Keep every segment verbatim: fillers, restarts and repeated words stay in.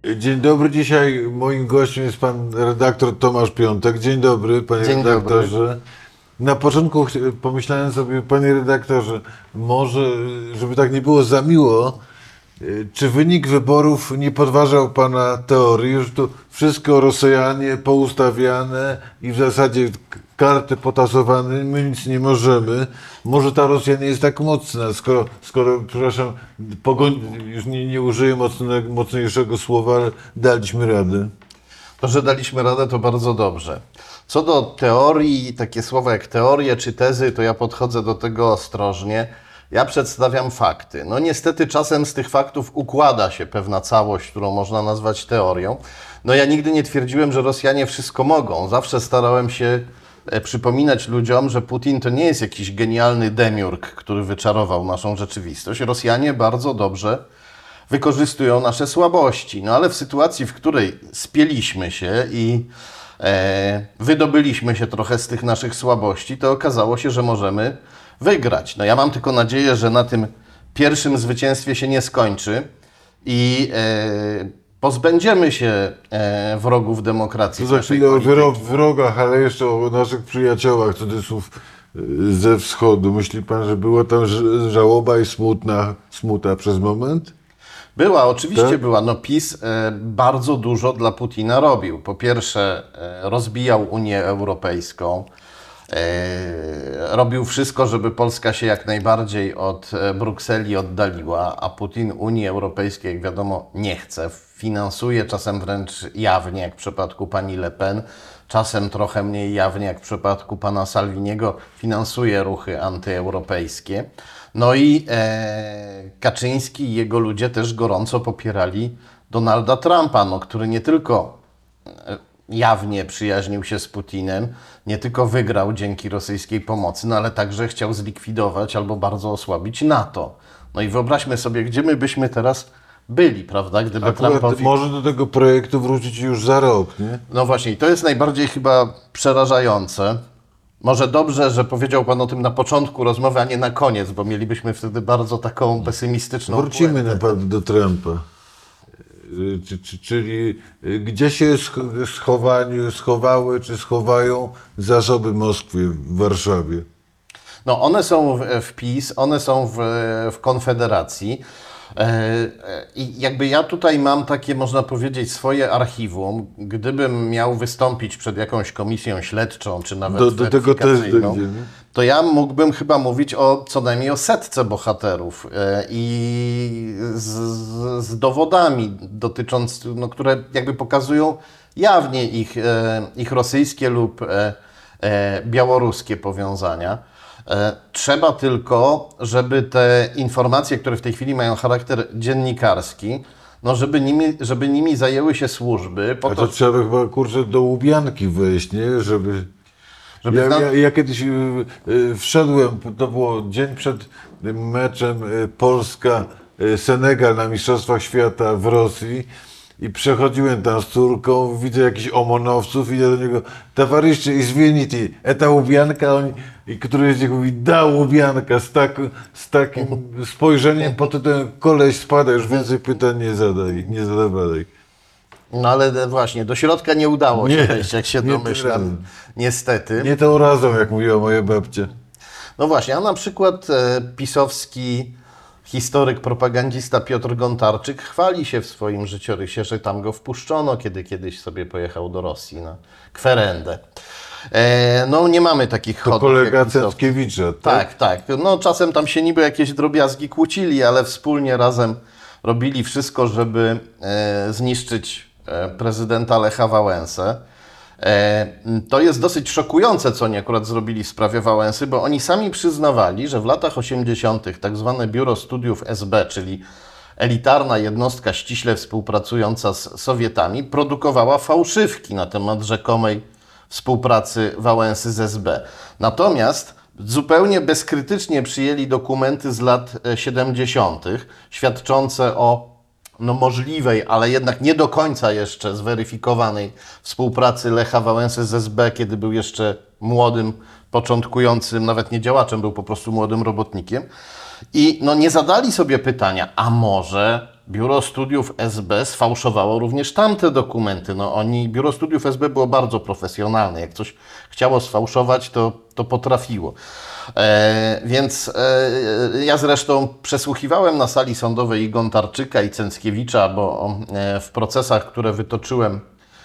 Dzień dobry, dzisiaj moim gościem jest pan redaktor Tomasz Piątek. Dzień dobry, panie Dzień redaktorze. dobry. Na początku ch- pomyślałem sobie, panie redaktorze, może, żeby tak nie było za miło, y, czy wynik wyborów nie podważał pana teorii, już tu wszystko Rosjanie poustawiane i w zasadzie k- karty potasowane, my nic nie możemy. Może ta Rosja nie jest tak mocna, skoro, skoro przepraszam, pogoń, już nie, nie użyję mocnego, mocniejszego słowa, ale daliśmy radę. To, że daliśmy radę, to bardzo dobrze. Co do teorii, takie słowa jak teorie czy tezy, to ja podchodzę do tego ostrożnie. Ja przedstawiam fakty. No niestety czasem z tych faktów układa się pewna całość, którą można nazwać teorią. No ja nigdy nie twierdziłem, że Rosjanie wszystko mogą. Zawsze starałem się e, przypominać ludziom, że Putin to nie jest jakiś genialny demiurg, który wyczarował naszą rzeczywistość. Rosjanie bardzo dobrze wykorzystują nasze słabości. No ale w sytuacji, w której spieliśmy się i e, wydobyliśmy się trochę z tych naszych słabości, to okazało się, że możemy wygrać. No ja mam tylko nadzieję, że na tym pierwszym zwycięstwie się nie skończy i e, pozbędziemy się e, wrogów demokracji. To w za naszej chwilę o polityce. wyro- wrogach, ale jeszcze o naszych przyjaciołach, cudzysłów, y, ze wschodu. Myśli pan, że była tam ż- żałoba i smutna, smuta przez moment? Była, oczywiście Tak? była. No PiS e, bardzo dużo dla Putina robił. Po pierwsze e, rozbijał Unię Europejską, e, robił wszystko, żeby Polska się jak najbardziej od e, Brukseli oddaliła, a Putin Unii Europejskiej, jak wiadomo, nie chce. Finansuje czasem wręcz jawnie, jak w przypadku pani Le Pen, czasem trochę mniej jawnie, jak w przypadku pana Salviniego, finansuje ruchy antyeuropejskie. No i e, Kaczyński i jego ludzie też gorąco popierali Donalda Trumpa, no, który nie tylko e, jawnie przyjaźnił się z Putinem, nie tylko wygrał dzięki rosyjskiej pomocy, no ale także chciał zlikwidować albo bardzo osłabić NATO. No i wyobraźmy sobie, gdzie my byśmy teraz byli, prawda, gdyby Akurat Trumpowi... może do tego projektu wrócić już za rok, nie? No właśnie, i to jest najbardziej chyba przerażające. Może dobrze, że powiedział Pan o tym na początku rozmowy, a nie na koniec, bo mielibyśmy wtedy bardzo taką pesymistyczną Wrócimy puentę. naprawdę do Trumpa. Y, czy- czy- Czyli y, gdzie się sch- schowani, schowały czy schowają zasoby Moskwy w Warszawie? No one są w, w PiS, one są w, w Konfederacji. E, e, I jakby ja tutaj mam takie, można powiedzieć, swoje archiwum. Gdybym miał wystąpić przed jakąś komisją śledczą, czy nawet Do, do tego też weryfikacyjną, dojdziemy. to ja mógłbym chyba mówić o co najmniej o setce bohaterów e, i z, z, z dowodami dotyczącymi, no, które jakby pokazują jawnie ich, e, ich rosyjskie lub e, e, białoruskie powiązania. E, Trzeba tylko, żeby te informacje, które w tej chwili mają charakter dziennikarski, no żeby nimi, żeby nimi zajęły się służby, po A to, to trzeba chyba, kurczę, do Łubianki wejść, nie? Żeby... żeby Ja, zna- ja, ja kiedyś y, y, wszedłem, to było dzień przed meczem y, Polska-Senegal na Mistrzostwach Świata w Rosji i przechodziłem tam z córką, widzę jakichś omonowców, idę do niego, towarzysze, извините, eta Łubianka, oni, i któryś z nich mówi, da Łubianka, z, tak, z takim spojrzeniem pod tytułem, koleś spada, już więcej pytań nie zadaj, nie zadawaj. No ale właśnie, do środka nie udało się Nie, wejść, jak się nie tym domyślam. razem. Niestety. Nie tą razą, jak mówiła moja babcia. No właśnie, a na przykład e, pisowski historyk, propagandista Piotr Gontarczyk chwali się w swoim życiorysie, że tam go wpuszczono, kiedy kiedyś sobie pojechał do Rosji na kwerendę. E, no nie mamy takich To chodów kolega jak Pisowski. Cęckiewicza, tak? Tak, tak. No czasem tam się niby jakieś drobiazgi kłócili, ale wspólnie razem robili wszystko, żeby e, zniszczyć e, prezydenta Lecha Wałęsę. E, to jest dosyć szokujące, co oni akurat zrobili w sprawie Wałęsy, bo oni sami przyznawali, że w latach osiemdziesiątych tak zwane Biuro Studiów S B, czyli elitarna jednostka ściśle współpracująca z Sowietami, produkowała fałszywki na temat rzekomej współpracy Wałęsy z S B. Natomiast zupełnie bezkrytycznie przyjęli dokumenty z lat e, siedemdziesiątych, świadczące o no, możliwej, ale jednak nie do końca jeszcze zweryfikowanej współpracy Lecha Wałęsy z S B, kiedy był jeszcze młodym, początkującym, nawet nie działaczem, był po prostu młodym robotnikiem. I no, nie zadali sobie pytania, a może Biuro Studiów S B sfałszowało również tamte dokumenty. No oni, Biuro Studiów S B było bardzo profesjonalne. Jak coś chciało sfałszować, to, to potrafiło. E, więc e, ja zresztą przesłuchiwałem na sali sądowej i Gontarczyka, i Cęckiewicza, bo e, w procesach, które wytoczyłem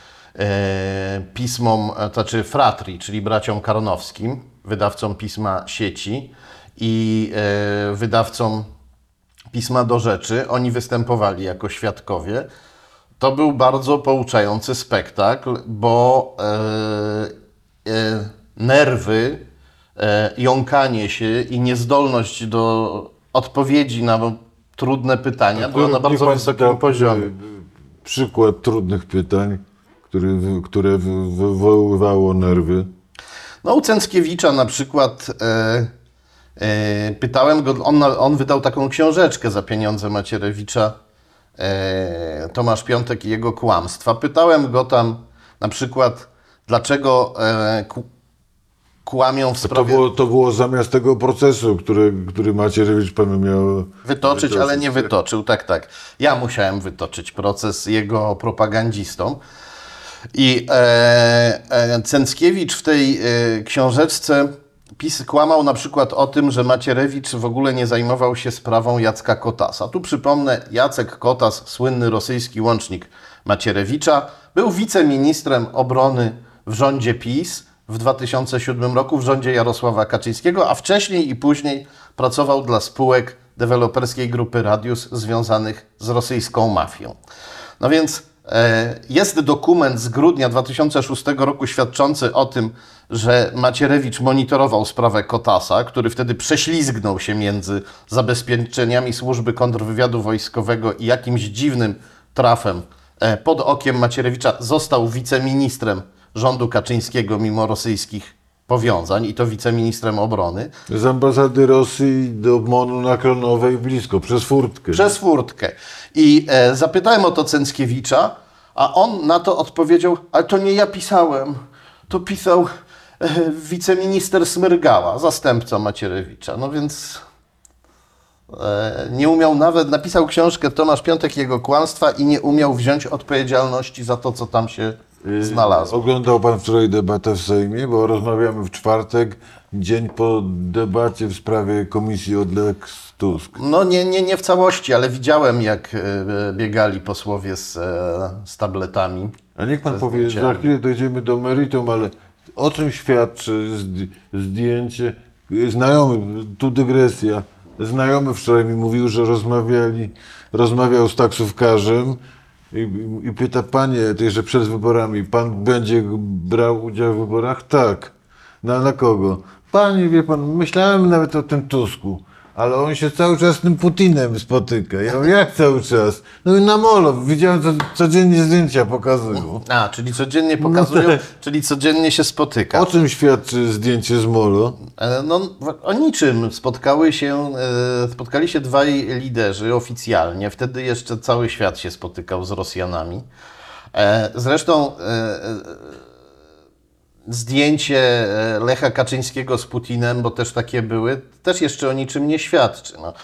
e, pismom, to znaczy Fratrii, czyli braciom Karnowskim, wydawcom pisma Sieci i e, wydawcom pisma Do Rzeczy, oni występowali jako świadkowie. To był bardzo pouczający spektakl, bo e, e, nerwy, e, jąkanie się i niezdolność do odpowiedzi na trudne pytania była na bardzo wysokim poziomie. Przykład trudnych pytań, który, które wywoływało nerwy. No u Cęckiewicza na przykład e, e, pytałem go, on, on wydał taką książeczkę za pieniądze Macierewicza, e, Tomasz Piątek i jego kłamstwa. Pytałem go tam na przykład, dlaczego e, ku, kłamią w To sprawie... było, to było zamiast tego procesu, który, który Macierewicz panu miał Wytoczyć, wytoczyć, ale nie tak? wytoczył, tak, tak. Ja musiałem wytoczyć proces jego propagandzistom. I e, e, Cęckiewicz w tej e, książeczce pis, kłamał na przykład o tym, że Macierewicz w ogóle nie zajmował się sprawą Jacka Kotasa. Tu przypomnę, Jacek Kotas, słynny rosyjski łącznik Macierewicza, był wiceministrem obrony w rządzie PiS w dwa tysiące siódmym roku, w rządzie Jarosława Kaczyńskiego, a wcześniej i później pracował dla spółek deweloperskiej grupy Radius związanych z rosyjską mafią. No więc e, jest dokument z grudnia dwa tysiące szóstego roku świadczący o tym, że Macierewicz monitorował sprawę Kotasa, który wtedy prześlizgnął się między zabezpieczeniami służby kontrwywiadu wojskowego i jakimś dziwnym trafem e, pod okiem Macierewicza został wiceministrem rządu Kaczyńskiego mimo rosyjskich powiązań i to wiceministrem obrony. Z ambasady Rosji do Monu na Klonowej blisko, przez furtkę. Przez furtkę. I e, zapytałem o to Cęckiewicza, a on na to odpowiedział, ale to nie ja pisałem, to pisał e, wiceminister Smyrgała, zastępca Macierewicza. No więc e, nie umiał nawet, napisał książkę Tomasz Piątek i jego kłamstwa i nie umiał wziąć odpowiedzialności za to, co tam się znalazło. Oglądał pan wczoraj debatę w Sejmie, bo rozmawiamy w czwartek, dzień po debacie w sprawie komisji od Lex Tusk. No nie, nie, nie w całości, ale widziałem, jak e, biegali posłowie z, e, z tabletami. A niech pan Ze powie, zdjęciami. za chwilę dojdziemy do meritum, ale o czym świadczy zd- zdjęcie? Znajomy, tu dygresja, znajomy wczoraj mi mówił, że rozmawiali, rozmawiał z taksówkarzem i, i pyta, panie, że przed wyborami, pan będzie brał udział w wyborach? Tak. Na, na kogo? Panie, wie pan, myślałem nawet o tym Tusku, ale on się cały czas z tym Putinem spotyka. Ja mówię, jak cały czas? No i na molo, widziałem, co, codziennie zdjęcia pokazują. A, czyli codziennie pokazują, tak. czyli codziennie się spotyka. O czym świadczy zdjęcie z molo? E, No, w- o niczym. Spotkały się, e, spotkali się dwaj liderzy oficjalnie. Wtedy jeszcze cały świat się spotykał z Rosjanami. E, Zresztą e, e, zdjęcie e, Lecha Kaczyńskiego z Putinem, bo też takie były, też jeszcze o niczym nie świadczy. No.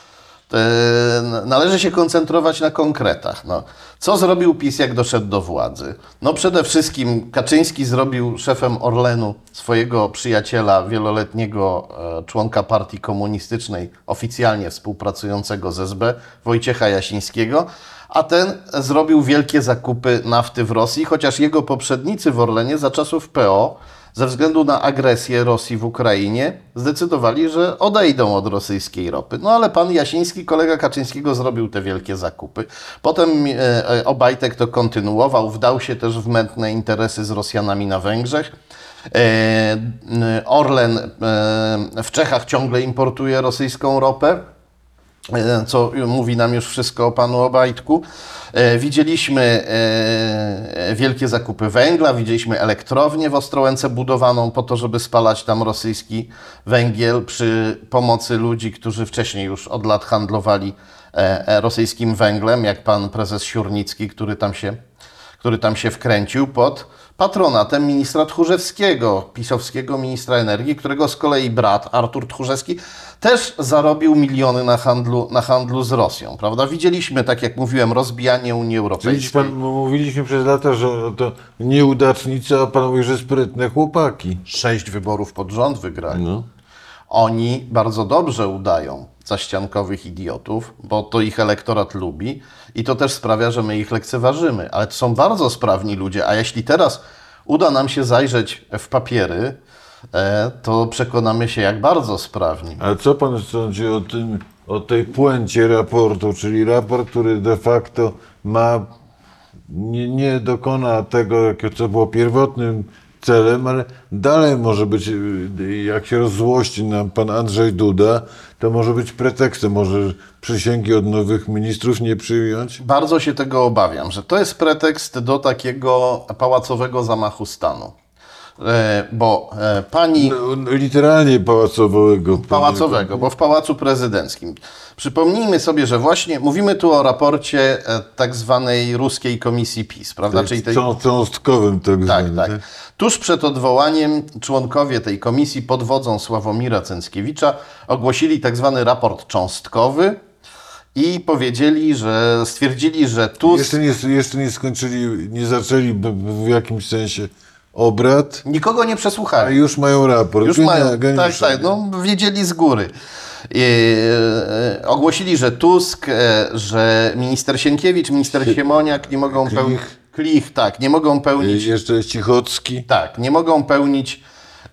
E, Należy się koncentrować na konkretach. No. Co zrobił PiS, jak doszedł do władzy? No przede wszystkim Kaczyński zrobił szefem Orlenu swojego przyjaciela, wieloletniego e, członka partii komunistycznej, oficjalnie współpracującego z S B, Wojciecha Jasińskiego, a ten zrobił wielkie zakupy nafty w Rosji, chociaż jego poprzednicy w Orlenie za czasów P O ze względu na agresję Rosji w Ukrainie zdecydowali, że odejdą od rosyjskiej ropy. No ale pan Jasiński, kolega Kaczyńskiego, zrobił te wielkie zakupy. Potem e, Obajtek to kontynuował, wdał się też w mętne interesy z Rosjanami na Węgrzech. E, Orlen e, w Czechach ciągle importuje rosyjską ropę, co mówi nam już wszystko o panu Obajtku. Widzieliśmy e, wielkie zakupy węgla, widzieliśmy elektrownię w Ostrołęce budowaną po to, żeby spalać tam rosyjski węgiel przy pomocy ludzi, którzy wcześniej już od lat handlowali e, rosyjskim węglem, jak pan prezes Siurnicki, który tam się który tam się wkręcił pod patronatem ministra Tchórzewskiego, pisowskiego ministra energii, którego z kolei brat Artur Tchórzewski też zarobił miliony na handlu, na handlu z Rosją, prawda? Widzieliśmy, tak jak mówiłem, rozbijanie Unii Czyli Europejskiej. pan, mówiliśmy przez lata, że to nieudacznicy, a pan mówi, że sprytne chłopaki. Sześć wyborów pod rząd wygrali. No. Oni bardzo dobrze udają zaściankowych idiotów, bo to ich elektorat lubi i to też sprawia, że my ich lekceważymy. Ale to są bardzo sprawni ludzie, a jeśli teraz uda nam się zajrzeć w papiery, e, to przekonamy się, jak bardzo sprawni. Ale co pan sądzi o tym, o tej puencie raportu, czyli raport, który de facto ma, nie, nie dokona tego, jakie co było pierwotnym celem, ale dalej może być, jak się rozzłości nam pan Andrzej Duda, to może być pretekstem, może przysięgi od nowych ministrów nie przyjąć. Bardzo się tego obawiam, że to jest pretekst do takiego pałacowego zamachu stanu. E, bo e, pani... No, literalnie pałacowego. Pałacowego, bo w Pałacu Prezydenckim. Przypomnijmy sobie, że właśnie mówimy tu o raporcie e, tak zwanej ruskiej komisji PiS, prawda? Czyli tej... Cząst- Cząstkowym tak Tak, zwanym. tak. Tuż przed odwołaniem członkowie tej komisji pod wodzą Sławomira Cęckiewicza ogłosili tak zwany raport cząstkowy i powiedzieli, że stwierdzili, że Tusk... Jeszcze nie, jeszcze nie skończyli, nie zaczęli b- b- w jakimś sensie obrad, Nikogo nie a przesłuchali. już mają raport. Już Genia- mają, geniusze. tak, tak, no wiedzieli z góry. E, e, ogłosili, że Tusk, e, że minister Sienkiewicz, minister Siemoniak nie mogą Klich. pełnić... Klich, tak, nie mogą I pełnić... Jeszcze Cichocki. Tak, nie mogą pełnić e,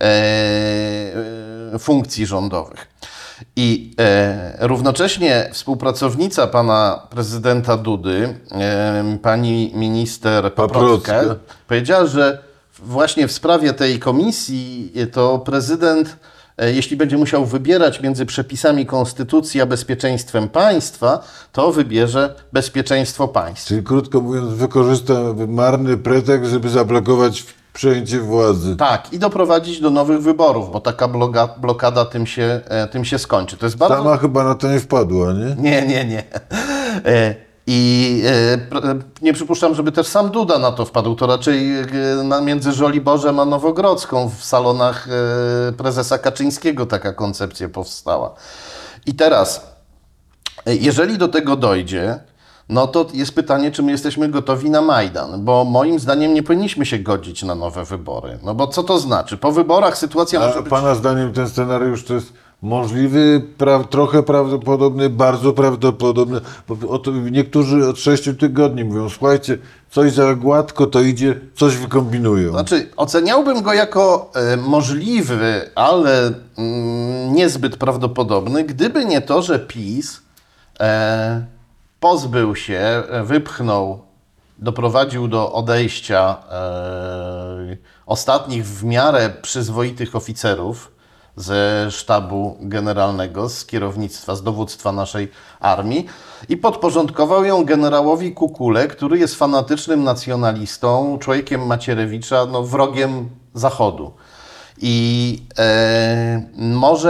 e, funkcji rządowych. I e, równocześnie współpracownica pana prezydenta Dudy, e, pani minister Paprocka, Paprocka. powiedziała, że właśnie w sprawie tej komisji to prezydent, e, jeśli będzie musiał wybierać między przepisami konstytucji a bezpieczeństwem państwa, to wybierze bezpieczeństwo państwa. Czyli krótko mówiąc, wykorzysta marny pretekst, żeby zablokować przejęcie władzy. Tak, i doprowadzić do nowych wyborów, bo taka bloga, blokada tym się, e, tym się skończy. To jest bardzo... Sama chyba na to nie wpadła, nie? Nie, nie, nie. E, I e, pr- nie przypuszczam, żeby też sam Duda na to wpadł. To raczej e, na, między Żoliborzem a Nowogrodzką w salonach e, prezesa Kaczyńskiego taka koncepcja powstała. I teraz, e, jeżeli do tego dojdzie, no to jest pytanie, czy my jesteśmy gotowi na Majdan, bo moim zdaniem nie powinniśmy się godzić na nowe wybory. No bo co to znaczy? Po wyborach sytuacja może A być... pana zdaniem ten scenariusz to jest możliwy, pra, trochę prawdopodobny, bardzo prawdopodobny? Bo o to niektórzy od sześciu tygodni mówią, słuchajcie, coś za gładko to idzie, coś wykombinują. Znaczy, oceniałbym go jako e, możliwy, ale mm, niezbyt prawdopodobny, gdyby nie to, że PiS e, pozbył się, e, wypchnął, doprowadził do odejścia e, ostatnich w miarę przyzwoitych oficerów ze sztabu generalnego, z kierownictwa, z dowództwa naszej armii i podporządkował ją generałowi Kukule, który jest fanatycznym nacjonalistą, człowiekiem Macierewicza, no, wrogiem Zachodu. I e, może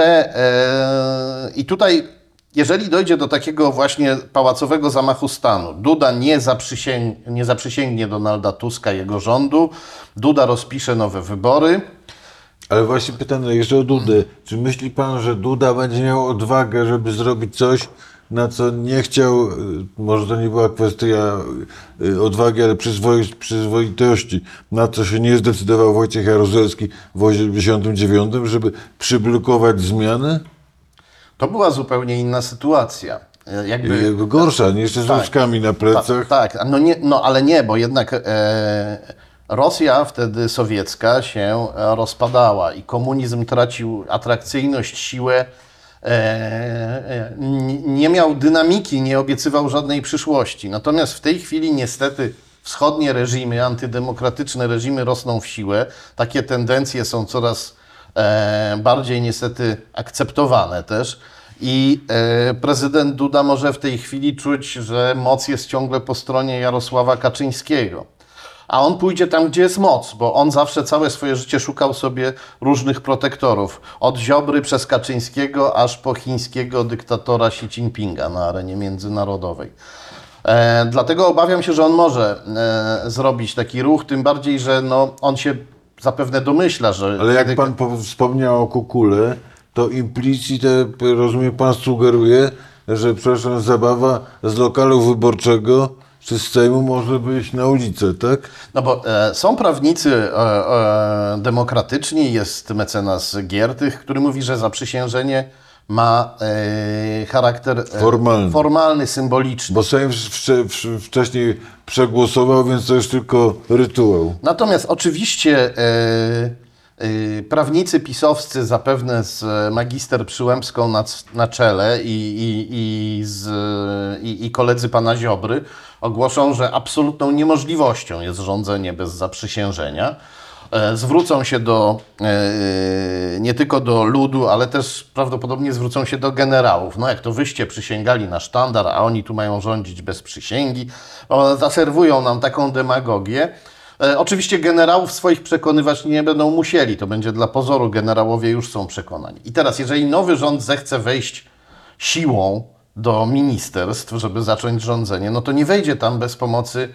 e, i tutaj, jeżeli dojdzie do takiego właśnie pałacowego zamachu stanu, Duda nie, zaprzysięg, nie zaprzysięgnie Donalda Tuska, jego rządu, Duda rozpisze nowe wybory. Ale właśnie pytanie jeszcze o Dudę. Czy myśli pan, że Duda będzie miał odwagę, żeby zrobić coś, na co nie chciał, y, może to nie była kwestia y, odwagi, ale przyzwoi, przyzwoitości, na co się nie zdecydował Wojciech Jaruzelski w osiemdziesiątym dziewiątym, żeby przyblokować zmiany? To była zupełnie inna sytuacja. E, Jakby, Jego gorsza, nie jeszcze z Tak. rączkami na Ta, plecach. tak, no, nie, no ale nie, bo jednak e, Rosja wtedy sowiecka się rozpadała i komunizm tracił atrakcyjność, siłę, e, e, n- nie miał dynamiki, nie obiecywał żadnej przyszłości. Natomiast w tej chwili niestety wschodnie reżimy, antydemokratyczne reżimy rosną w siłę. Takie tendencje są coraz e, bardziej niestety akceptowane też. I e, prezydent Duda może w tej chwili czuć, że moc jest ciągle po stronie Jarosława Kaczyńskiego. A on pójdzie tam, gdzie jest moc, bo on zawsze całe swoje życie szukał sobie różnych protektorów. Od Ziobry przez Kaczyńskiego, aż po chińskiego dyktatora Xi Jinpinga na arenie międzynarodowej. E, dlatego obawiam się, że on może e, zrobić taki ruch, tym bardziej, że no, on się zapewne domyśla, że... Ale jak kiedy- pan po- wspomniał o Kukule, to implicite, rozumiem, pan sugeruje, że przepraszam, zabawa z lokalu wyborczego czy z Sejmu może być na ulicę, tak? No bo e, są prawnicy e, e, demokratyczni, jest mecenas Giertych, który mówi, że zaprzysiężenie ma e, charakter e, Formalny. formalny, symboliczny. Bo Sejm wcze- wcze- wcześniej przegłosował, więc to jest tylko rytuał. Natomiast oczywiście e, e, prawnicy pisowscy, zapewne z magister Przyłębską na, na czele i, i, i, z, i, i koledzy pana Ziobry ogłoszą, że absolutną niemożliwością jest rządzenie bez zaprzysiężenia. E, Zwrócą się do, e, nie tylko do ludu, ale też prawdopodobnie zwrócą się do generałów. No jak to wyście przysięgali na sztandar, a oni tu mają rządzić bez przysięgi. O, zaserwują nam taką demagogię. E, Oczywiście generałów swoich przekonywać nie będą musieli. To będzie dla pozoru. Generałowie już są przekonani. I teraz, jeżeli nowy rząd zechce wejść siłą do ministerstw, żeby zacząć rządzenie, no to nie wejdzie tam bez pomocy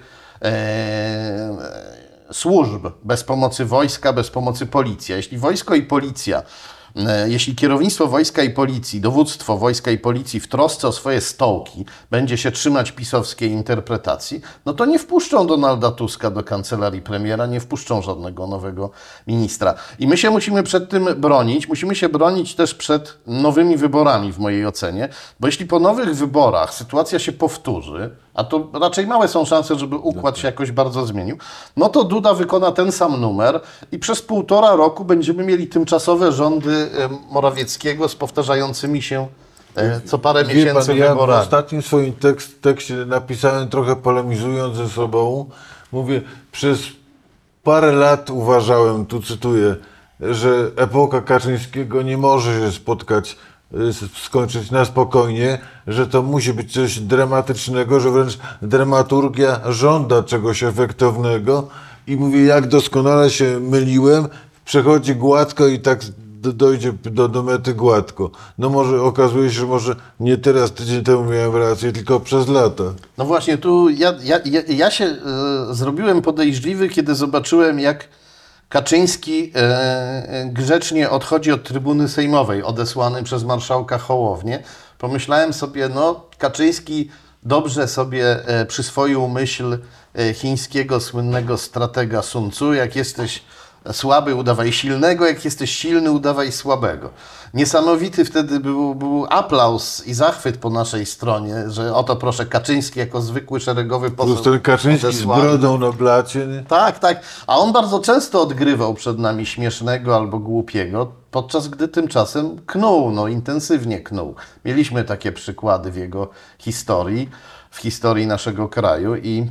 e, służb, bez pomocy wojska, bez pomocy policji. A jeśli wojsko i policja, e, jeśli kierownictwo wojska i policji, dowództwo wojska i policji w trosce o swoje stołki będzie się trzymać pisowskiej interpretacji, no to nie wpuszczą Donalda Tuska do kancelarii premiera, nie wpuszczą żadnego nowego ministra. I my się musimy przed tym bronić. Musimy się bronić też przed nowymi wyborami, w mojej ocenie, bo jeśli po nowych wyborach sytuacja się powtórzy, a to raczej małe są szanse, żeby układ się jakoś bardzo zmienił, no to Duda wykona ten sam numer i przez półtora roku będziemy mieli tymczasowe rządy e, Morawieckiego z powtarzającymi się e, co parę Wie miesięcy pan, ja w wyborami. ostatnim swoim tekst, tekście napisałem, trochę polemizując ze sobą, mówię, przez parę lat uważałem, tu cytuję, że epoka Kaczyńskiego nie może się spotkać, y, skończyć na spokojnie, że to musi być coś dramatycznego, że wręcz dramaturgia żąda czegoś efektownego i mówię, jak doskonale się myliłem, przechodzi gładko i tak do- dojdzie do, do mety gładko. No może okazuje się, że może nie teraz, tydzień temu miałem rację, tylko przez lata. No właśnie, tu ja, ja, ja, ja się e, zrobiłem podejrzliwy, kiedy zobaczyłem, jak Kaczyński e, e, grzecznie odchodzi od trybuny sejmowej, odesłany przez marszałka Hołownię. Pomyślałem sobie, no Kaczyński dobrze sobie e, przyswoił myśl e, chińskiego słynnego stratega Sun Tzu, jak jesteś słaby, udawaj silnego, jak jesteś silny, udawaj słabego. Niesamowity wtedy był, był aplauz i zachwyt po naszej stronie, że oto proszę, Kaczyński jako zwykły szeregowy poseł Plus ten Kaczyński z odesłany. brodą na blacie. Nie? Tak, tak. A on bardzo często odgrywał przed nami śmiesznego albo głupiego, podczas gdy tymczasem knuł, no intensywnie knuł. Mieliśmy takie przykłady w jego historii, w historii naszego kraju i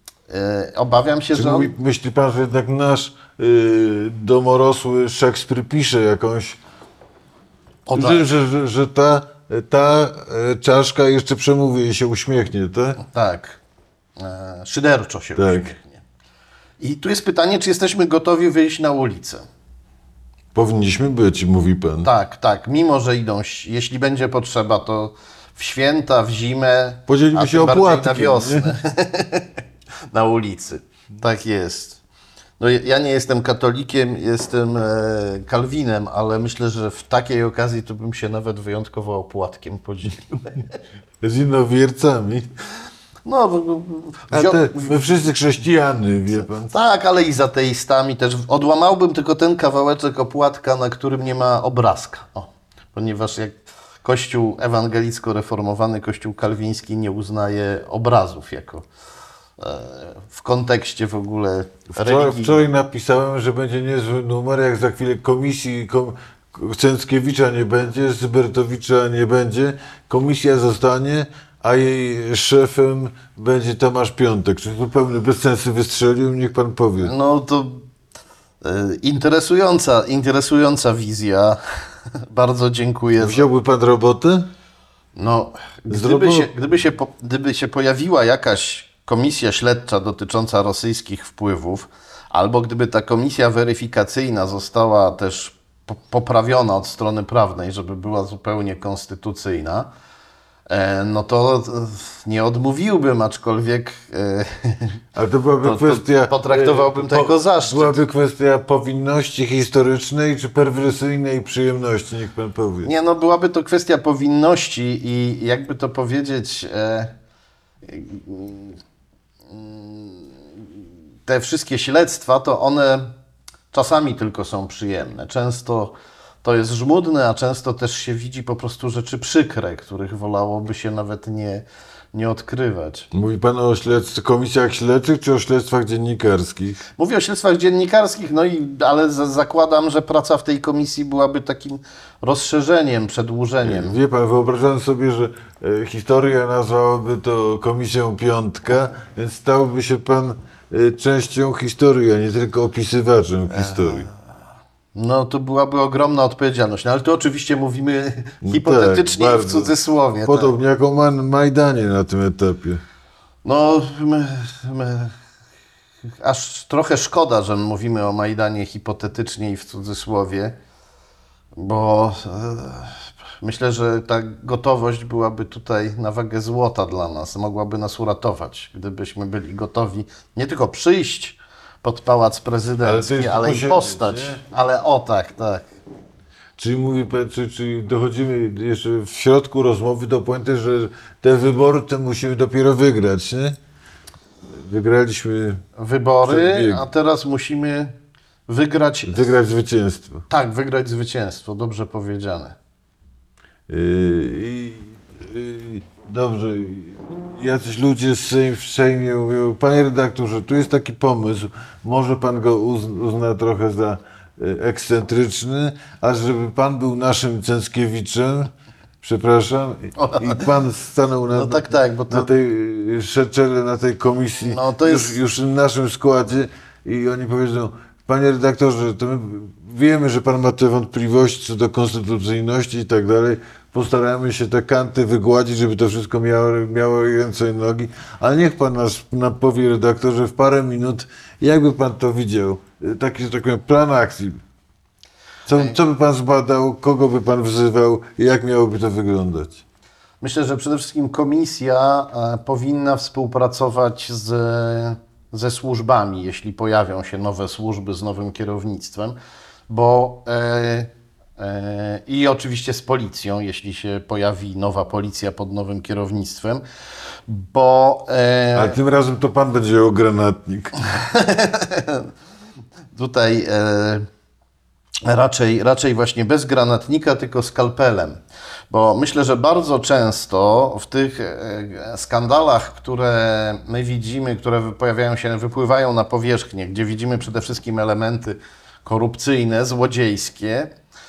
e, obawiam się, Czy że on... mówi, myśli pan, że jednak nasz y, domorosły Szekspir pisze jakąś, O, tak. że, że, że, że ta, ta e, czaszka jeszcze przemówi i się uśmiechnie, tak? Tak. E, szyderczo się Tak. uśmiechnie. I tu jest pytanie, czy jesteśmy gotowi wyjść na ulicę? Powinniśmy być, mówi pan. Tak, tak. Mimo, że idą, ś- jeśli będzie potrzeba, to w święta, w zimę, Podzielimy a się tym bardziej na opłatkiem, wiosnę. Na ulicy. Tak jest. No, ja- ja nie jestem katolikiem, jestem e, kalwinem, ale myślę, że w takiej okazji to bym się nawet wyjątkowo opłatkiem podzielił. Z innowiercami. No, w, w, A wzio- te, my wszyscy chrześcijany, wie pan. Tak, ale i z ateistami też. Odłamałbym tylko ten kawałeczek opłatka, na którym nie ma obrazka. O, ponieważ jak Kościół ewangelicko-reformowany, Kościół kalwiński nie uznaje obrazów jako e, w kontekście w ogóle Wczoraj, religii. wczoraj napisałem, że będzie niezły numer, jak za chwilę komisji kom, Cęckiewicza nie będzie, Zybertowicza nie będzie, komisja zostanie, a jej szefem będzie Tomasz Piątek. Czy zupełnie bez sensu wystrzelił? Niech pan powie. No to e, interesująca, interesująca wizja. Bardzo dziękuję. za- Wziąłby pan robotę? No, gdyby Zdrowo- się, gdyby, się, po- gdyby się pojawiła jakaś komisja śledcza dotycząca rosyjskich wpływów, albo gdyby ta komisja weryfikacyjna została też po- poprawiona od strony prawnej, żeby była zupełnie konstytucyjna, e, no to e, nie odmówiłbym, aczkolwiek e, Ale to byłaby To- to kwestia... potraktowałbym to e, jako zaszczyt. Byłaby kwestia powinności historycznej czy perwersyjnej przyjemności, niech pan powie. nie, no byłaby to kwestia powinności i jakby to powiedzieć, e, te wszystkie śledztwa, to one czasami tylko są przyjemne. Często to jest żmudne, a często też się widzi po prostu rzeczy przykre, których wolałoby się nawet nie, nie odkrywać. Mówi pan o śledz- komisjach śledczych czy o śledztwach dziennikarskich? Mówię o śledztwach dziennikarskich, no i ale za- zakładam, że praca w tej komisji byłaby takim rozszerzeniem, przedłużeniem. Wie pan, wyobrażam sobie, że e, historia nazwałaby to komisją piątka, więc stałby się pan e, częścią historii, a nie tylko opisywaczem historii. No to byłaby ogromna odpowiedzialność, no ale tu oczywiście mówimy hipotetycznie tak, i w bardzo. cudzysłowie. Tak. Podobnie jak o Man- Majdanie na tym etapie. No, my, my, aż trochę szkoda, że mówimy o Majdanie hipotetycznie i w cudzysłowie, bo e, myślę, że ta gotowość byłaby tutaj na wagę złota dla nas, mogłaby nas uratować, gdybyśmy byli gotowi nie tylko przyjść pod Pałac Prezydencki, Ale to ale, jest i posiedzieć, postać, nie? ale o tak, tak. Czyli mówi pan, czy, czy dochodzimy jeszcze w środku rozmowy do puenty, że te wybory to musimy dopiero wygrać, nie? Wygraliśmy, Wybory, Przedbieg. a teraz musimy wygrać, wygrać zwycięstwo. tak, wygrać zwycięstwo, dobrze powiedziane. Yy, i- i- Dobrze, jacyś ludzie z Sejm, w Sejmie mówią, panie redaktorze, tu jest taki pomysł, może pan go uz- uzna trochę za e, ekscentryczny, a żeby pan był naszym Cęckiewiczem, przepraszam, i, i pan stanął na, No tak, tak, bo to- na tej e, czele, na tej komisji, No to jest- już, już w naszym składzie i oni powiedzą, panie redaktorze, to my wiemy, że pan ma te wątpliwości co do konstytucyjności i tak dalej. Postaramy się te kanty wygładzić, żeby to wszystko miało, miało ręce i nogi. Ale niech pan nas nam powie, redaktorze, w parę minut, jakby pan to widział. Taki, że tak powiem, plan akcji. Co, co by pan zbadał, kogo by pan wzywał i jak miałoby to wyglądać? Myślę, że przede wszystkim komisja e, powinna współpracować z, ze służbami, jeśli pojawią się nowe służby z nowym kierownictwem, bo e, e, i oczywiście z policją, jeśli się pojawi nowa policja pod nowym kierownictwem, bo e, Ale tym razem to pan będzie miał granatnik. tutaj e, raczej, raczej właśnie bez granatnika, tylko skalpelem. Bo myślę, że bardzo często w tych e, skandalach, które my widzimy, które pojawiają się, wypływają na powierzchnię, gdzie widzimy przede wszystkim elementy korupcyjne, złodziejskie,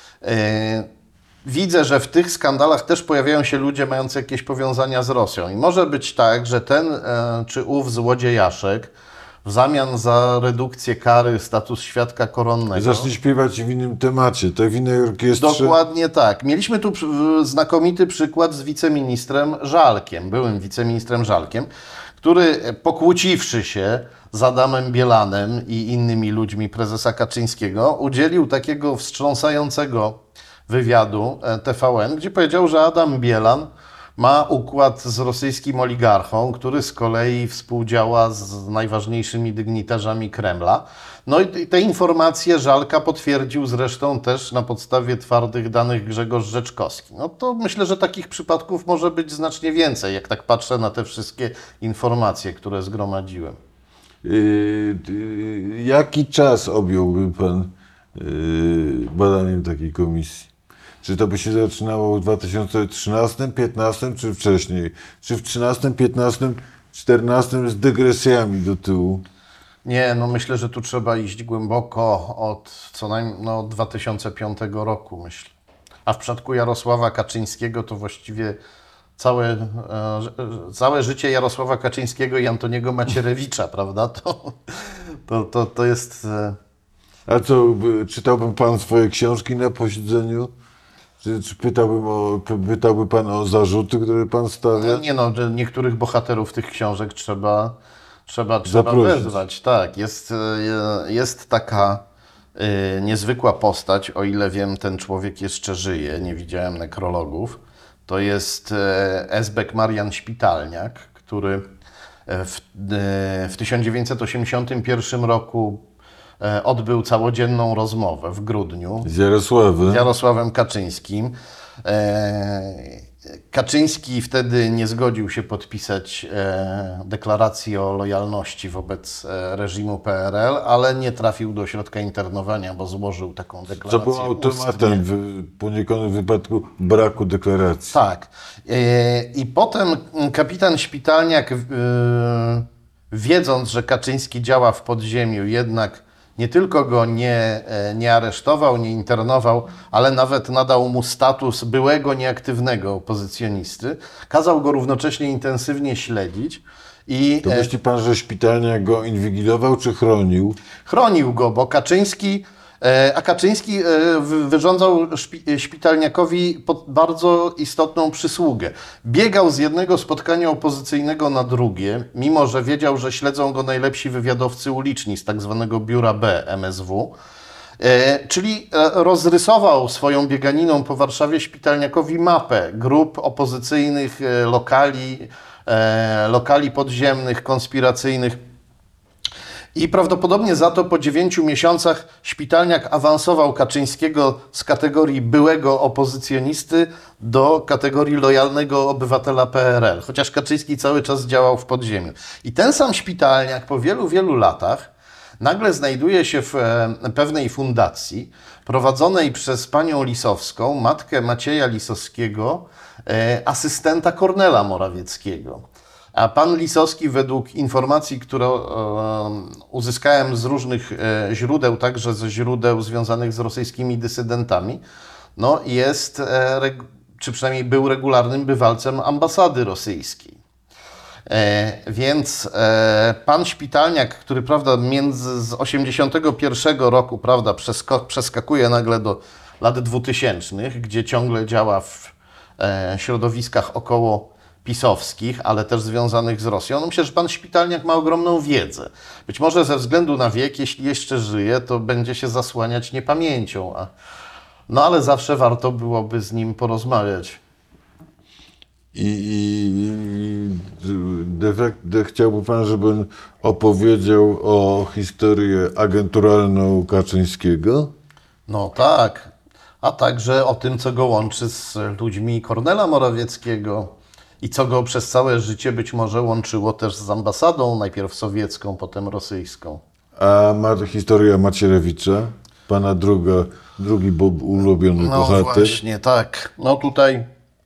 e, widzę, że w tych skandalach też pojawiają się ludzie mający jakieś powiązania z Rosją. I może być tak, że ten e, czy ów złodziejaszek w zamian za redukcję kary, status świadka koronnego. Zacznie śpiewać w innym temacie, tak w innej orkiestrze. Dokładnie tak. Mieliśmy tu przy- w- znakomity przykład z wiceministrem Żalkiem, byłym wiceministrem Żalkiem, który pokłóciwszy się z Adamem Bielanem i innymi ludźmi prezesa Kaczyńskiego, udzielił takiego wstrząsającego wywiadu e, T V N, gdzie powiedział, że Adam Bielan ma układ z rosyjskim oligarchą, który z kolei współdziała z najważniejszymi dygnitarzami Kremla. No i te informacje Żalka potwierdził zresztą też na podstawie twardych danych Grzegorz Rzeczkowski. No to myślę, że takich przypadków może być znacznie więcej, jak tak patrzę na te wszystkie informacje, które zgromadziłem. Yy, yy, jaki czas objąłby pan yy, badaniem takiej komisji? Czy to by się zaczynało w dwa tysiące trzynastym, piętnastym, czy wcześniej? Czy w trzynastym, piętnastym, czternastym z dygresjami do tyłu? Nie, no myślę, że tu trzeba iść głęboko od co najmniej no, od dwa tysiące piątego roku, myślę. A w przypadku Jarosława Kaczyńskiego to właściwie całe, e, e, całe życie Jarosława Kaczyńskiego i Antoniego Macierewicza, prawda? To, to, to, to jest... E, A co, by- czytałby pan swoje książki na posiedzeniu? Czy, czy pytałbym o, pytałby pan o zarzuty, które pan stawia? nie no, że niektórych bohaterów tych książek trzeba, trzeba, trzeba Zaprosić. wezwać. Tak, jest, e, jest taka e, niezwykła postać, o ile wiem, ten człowiek jeszcze żyje, nie widziałem nekrologów. to jest e, esbek Marian Szpitalniak, który w, e, w tysiąc dziewięćset osiemdziesiątym pierwszym roku e, odbył całodzienną rozmowę w grudniu Z Jarosławem. z Jarosławem Kaczyńskim. E, Kaczyński wtedy nie zgodził się podpisać e, deklaracji o lojalności wobec e, reżimu P R L, ale nie trafił do ośrodka internowania, bo złożył taką Co deklarację było automatem ustnie. w poniekonym wypadku braku deklaracji. Tak. E, I potem kapitan Szpitalniak, e, wiedząc, że Kaczyński działa w podziemiu, jednak nie tylko go nie, e, nie aresztował, nie internował, ale nawet nadał mu status byłego nieaktywnego opozycjonisty, kazał go równocześnie intensywnie śledzić i To e, myśli pan, że Szpitalniak go inwigilował czy chronił? chronił go, bo Kaczyński, e, a Kaczyński e, wy- wyrządzał szpi, Szpitalniakowi pod bardzo istotną przysługę. Biegał z jednego spotkania opozycyjnego na drugie, mimo że wiedział, że śledzą go najlepsi wywiadowcy uliczni z tak zwanego biura B M S W. E, czyli e, rozrysował swoją bieganiną po Warszawie Szpitalniakowi mapę grup opozycyjnych, e, lokali, e, lokali podziemnych, konspiracyjnych. I prawdopodobnie za to po dziewięciu miesiącach Szpitalniak awansował Kaczyńskiego z kategorii byłego opozycjonisty do kategorii lojalnego obywatela P R L, chociaż Kaczyński cały czas działał w podziemiu. I ten sam Szpitalniak po wielu, wielu latach nagle znajduje się w e, pewnej fundacji prowadzonej przez panią Lisowską, matkę Macieja Lisowskiego, e, asystenta Kornela Morawieckiego. A pan Lisowski, według informacji, które e, uzyskałem z różnych e, źródeł, także ze źródeł związanych z rosyjskimi dysydentami, no jest, e, reg- czy przynajmniej był regularnym bywalcem ambasady rosyjskiej. E, więc e, pan Szpitalniak, który prawda, między z osiemdziesiątego pierwszego roku prawda, przesko- przeskakuje nagle do lat dwutysięcznych, gdzie ciągle działa w e, środowiskach około pisowskich, ale też związanych z Rosją. No myślę, że pan Szpitalniak ma ogromną wiedzę. Być może ze względu na wiek, jeśli jeszcze żyje, to będzie się zasłaniać niepamięcią. A, no ale zawsze warto byłoby z nim porozmawiać. I, i de facto chciałby pan, żebym opowiedział o historię agenturalną Kaczyńskiego? No tak, a także o tym, co go łączy z ludźmi Kornela Morawieckiego i co go przez całe życie być może łączyło też z ambasadą, najpierw sowiecką, potem rosyjską. A ma historia Macierewicza, pana druga, drugi bo- ulubiony No bohater. właśnie, tak. No tutaj,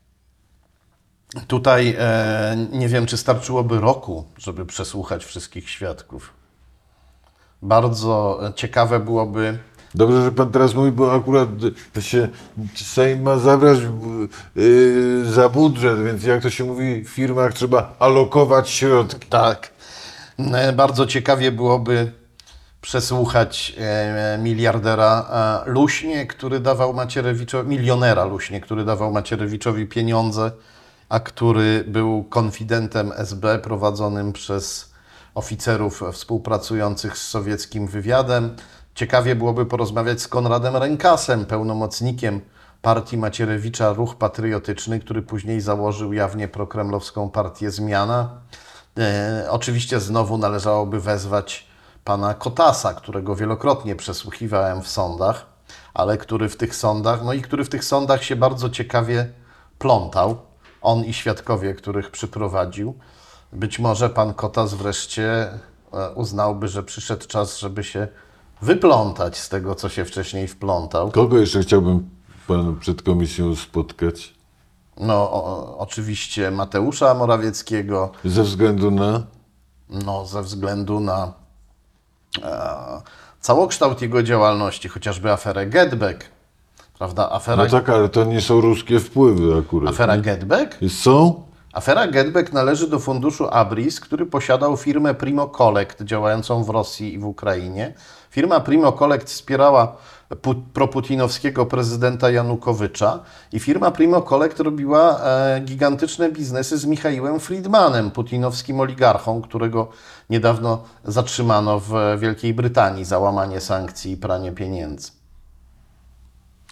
tutaj e, nie wiem, czy starczyłoby roku, żeby przesłuchać wszystkich świadków. Bardzo ciekawe byłoby. Dobrze, że pan teraz mówi, bo akurat się Sejm ma zabrać yy, za budżet, więc jak to się mówi w firmach, trzeba alokować środki. Tak. E, Bardzo ciekawie byłoby przesłuchać e, miliardera e, Luśnie, który dawał Macierewiczowi, milionera Luśnie, który dawał Macierewiczowi pieniądze, a który był konfidentem S B prowadzonym przez oficerów współpracujących z sowieckim wywiadem. Ciekawie byłoby porozmawiać z Konradem Rękasem, pełnomocnikiem partii Macierewicza Ruch Patriotyczny, który później założył jawnie prokremlowską partię Zmiana. E, oczywiście znowu należałoby wezwać pana Kotasa, którego wielokrotnie przesłuchiwałem w sądach, ale który w tych sądach, no i który w tych sądach się bardzo ciekawie plątał. On i świadkowie, których przyprowadził. Być może pan Kotas wreszcie e, uznałby, że przyszedł czas, żeby się wyplątać z tego, co się wcześniej wplątał. Kogo jeszcze chciałbym pan przed komisją spotkać? No, o, oczywiście Mateusza Morawieckiego, Ze względu na... no, ze względu na e, całokształt jego działalności, chociażby aferę Getback, prawda? Afera, No tak, ale to nie są ruskie wpływy akurat. afera nie? Getback? Są? Afera Getback należy do funduszu Abris, który posiadał firmę Primo Collect działającą w Rosji i w Ukrainie. Firma Primo Collect wspierała pu- proputinowskiego prezydenta Janukowycza i firma Primo Collect robiła e, gigantyczne biznesy z Michaiłem Friedmanem, putinowskim oligarchą, którego niedawno zatrzymano w Wielkiej Brytanii za łamanie sankcji i pranie pieniędzy.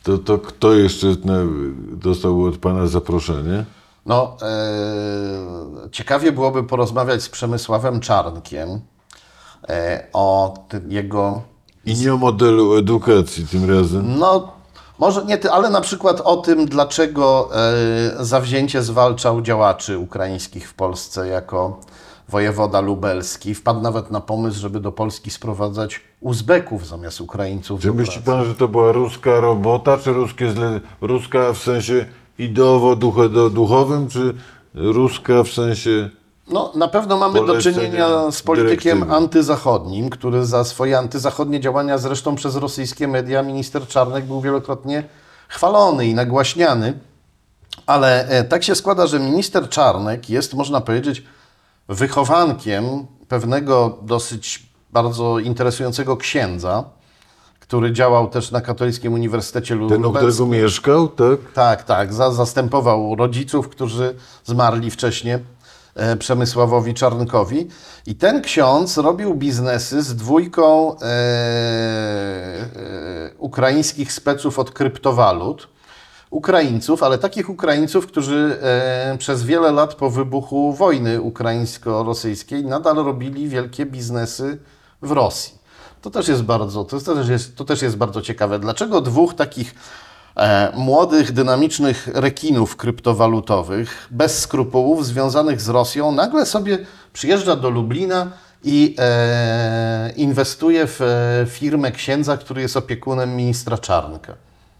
To, to kto jeszcze na, dostał od pana zaproszenie? No, e, ciekawie byłoby porozmawiać z Przemysławem Czarnkiem e, o tym jego... I nie o modelu edukacji tym razem. No, może nie ty, ale na przykład o tym, dlaczego e, zawzięcie zwalczał działaczy ukraińskich w Polsce jako wojewoda lubelski. Wpadł nawet na pomysł, żeby do Polski sprowadzać Uzbeków zamiast Ukraińców. Czy do myśli pracy. pan, że to była ruska robota, czy ruskie zle... ruska w sensie ideowo-duchowym, czy ruska w sensie... No, na pewno mamy do Polecenia czynienia z politykiem dyrektywy. antyzachodnim, który za swoje antyzachodnie działania, zresztą przez rosyjskie media, minister Czarnek był wielokrotnie chwalony i nagłaśniany. Ale e, tak się składa, że minister Czarnek jest, można powiedzieć, wychowankiem pewnego dosyć bardzo interesującego księdza, który działał też na Katolickim Uniwersytecie Ten, u Lubelskim. którego mieszkał, tak? Tak, tak. Za, zastępował rodziców, którzy zmarli wcześniej e, Przemysławowi Czarnkowi. I ten ksiądz robił biznesy z dwójką e, e, ukraińskich speców od kryptowalut. Ukraińców, ale takich Ukraińców, którzy e, przez wiele lat po wybuchu wojny ukraińsko-rosyjskiej nadal robili wielkie biznesy w Rosji. To też jest bardzo, to też jest, to też jest bardzo ciekawe. Dlaczego dwóch takich e, młodych, dynamicznych rekinów kryptowalutowych, bez skrupułów, związanych z Rosją, nagle sobie przyjeżdża do Lublina i e, inwestuje w e, firmę księdza, który jest opiekunem ministra Czarnka?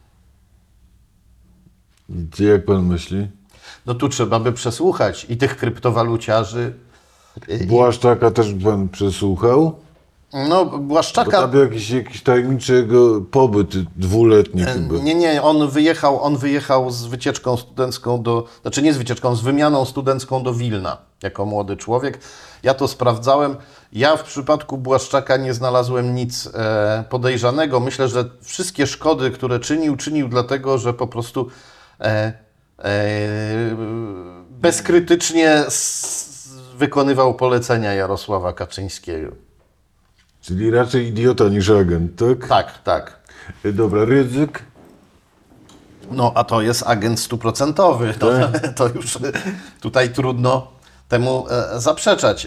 Gdzie, jak pan myśli? No tu trzeba by przesłuchać i tych kryptowaluciarzy. i- Błaszczaka też pan przesłuchał? No, Bo Błaszczaka. tam był jakiś, jakiś tajemniczy jego pobyt dwuletni chyba. Nie, nie, on wyjechał, on wyjechał z wycieczką studencką do, znaczy nie z wycieczką, z wymianą studencką do Wilna, jako młody człowiek. Ja to sprawdzałem. Ja w przypadku Błaszczaka nie znalazłem nic e, podejrzanego. Myślę, że wszystkie szkody, które czynił, czynił dlatego, że po prostu e, e, bezkrytycznie s, wykonywał polecenia Jarosława Kaczyńskiego. Czyli raczej idiota niż agent, tak? Tak, tak. E, Dobra, Rydzyk. No, a to jest agent stuprocentowy. To, to już tutaj trudno temu e, zaprzeczać. E,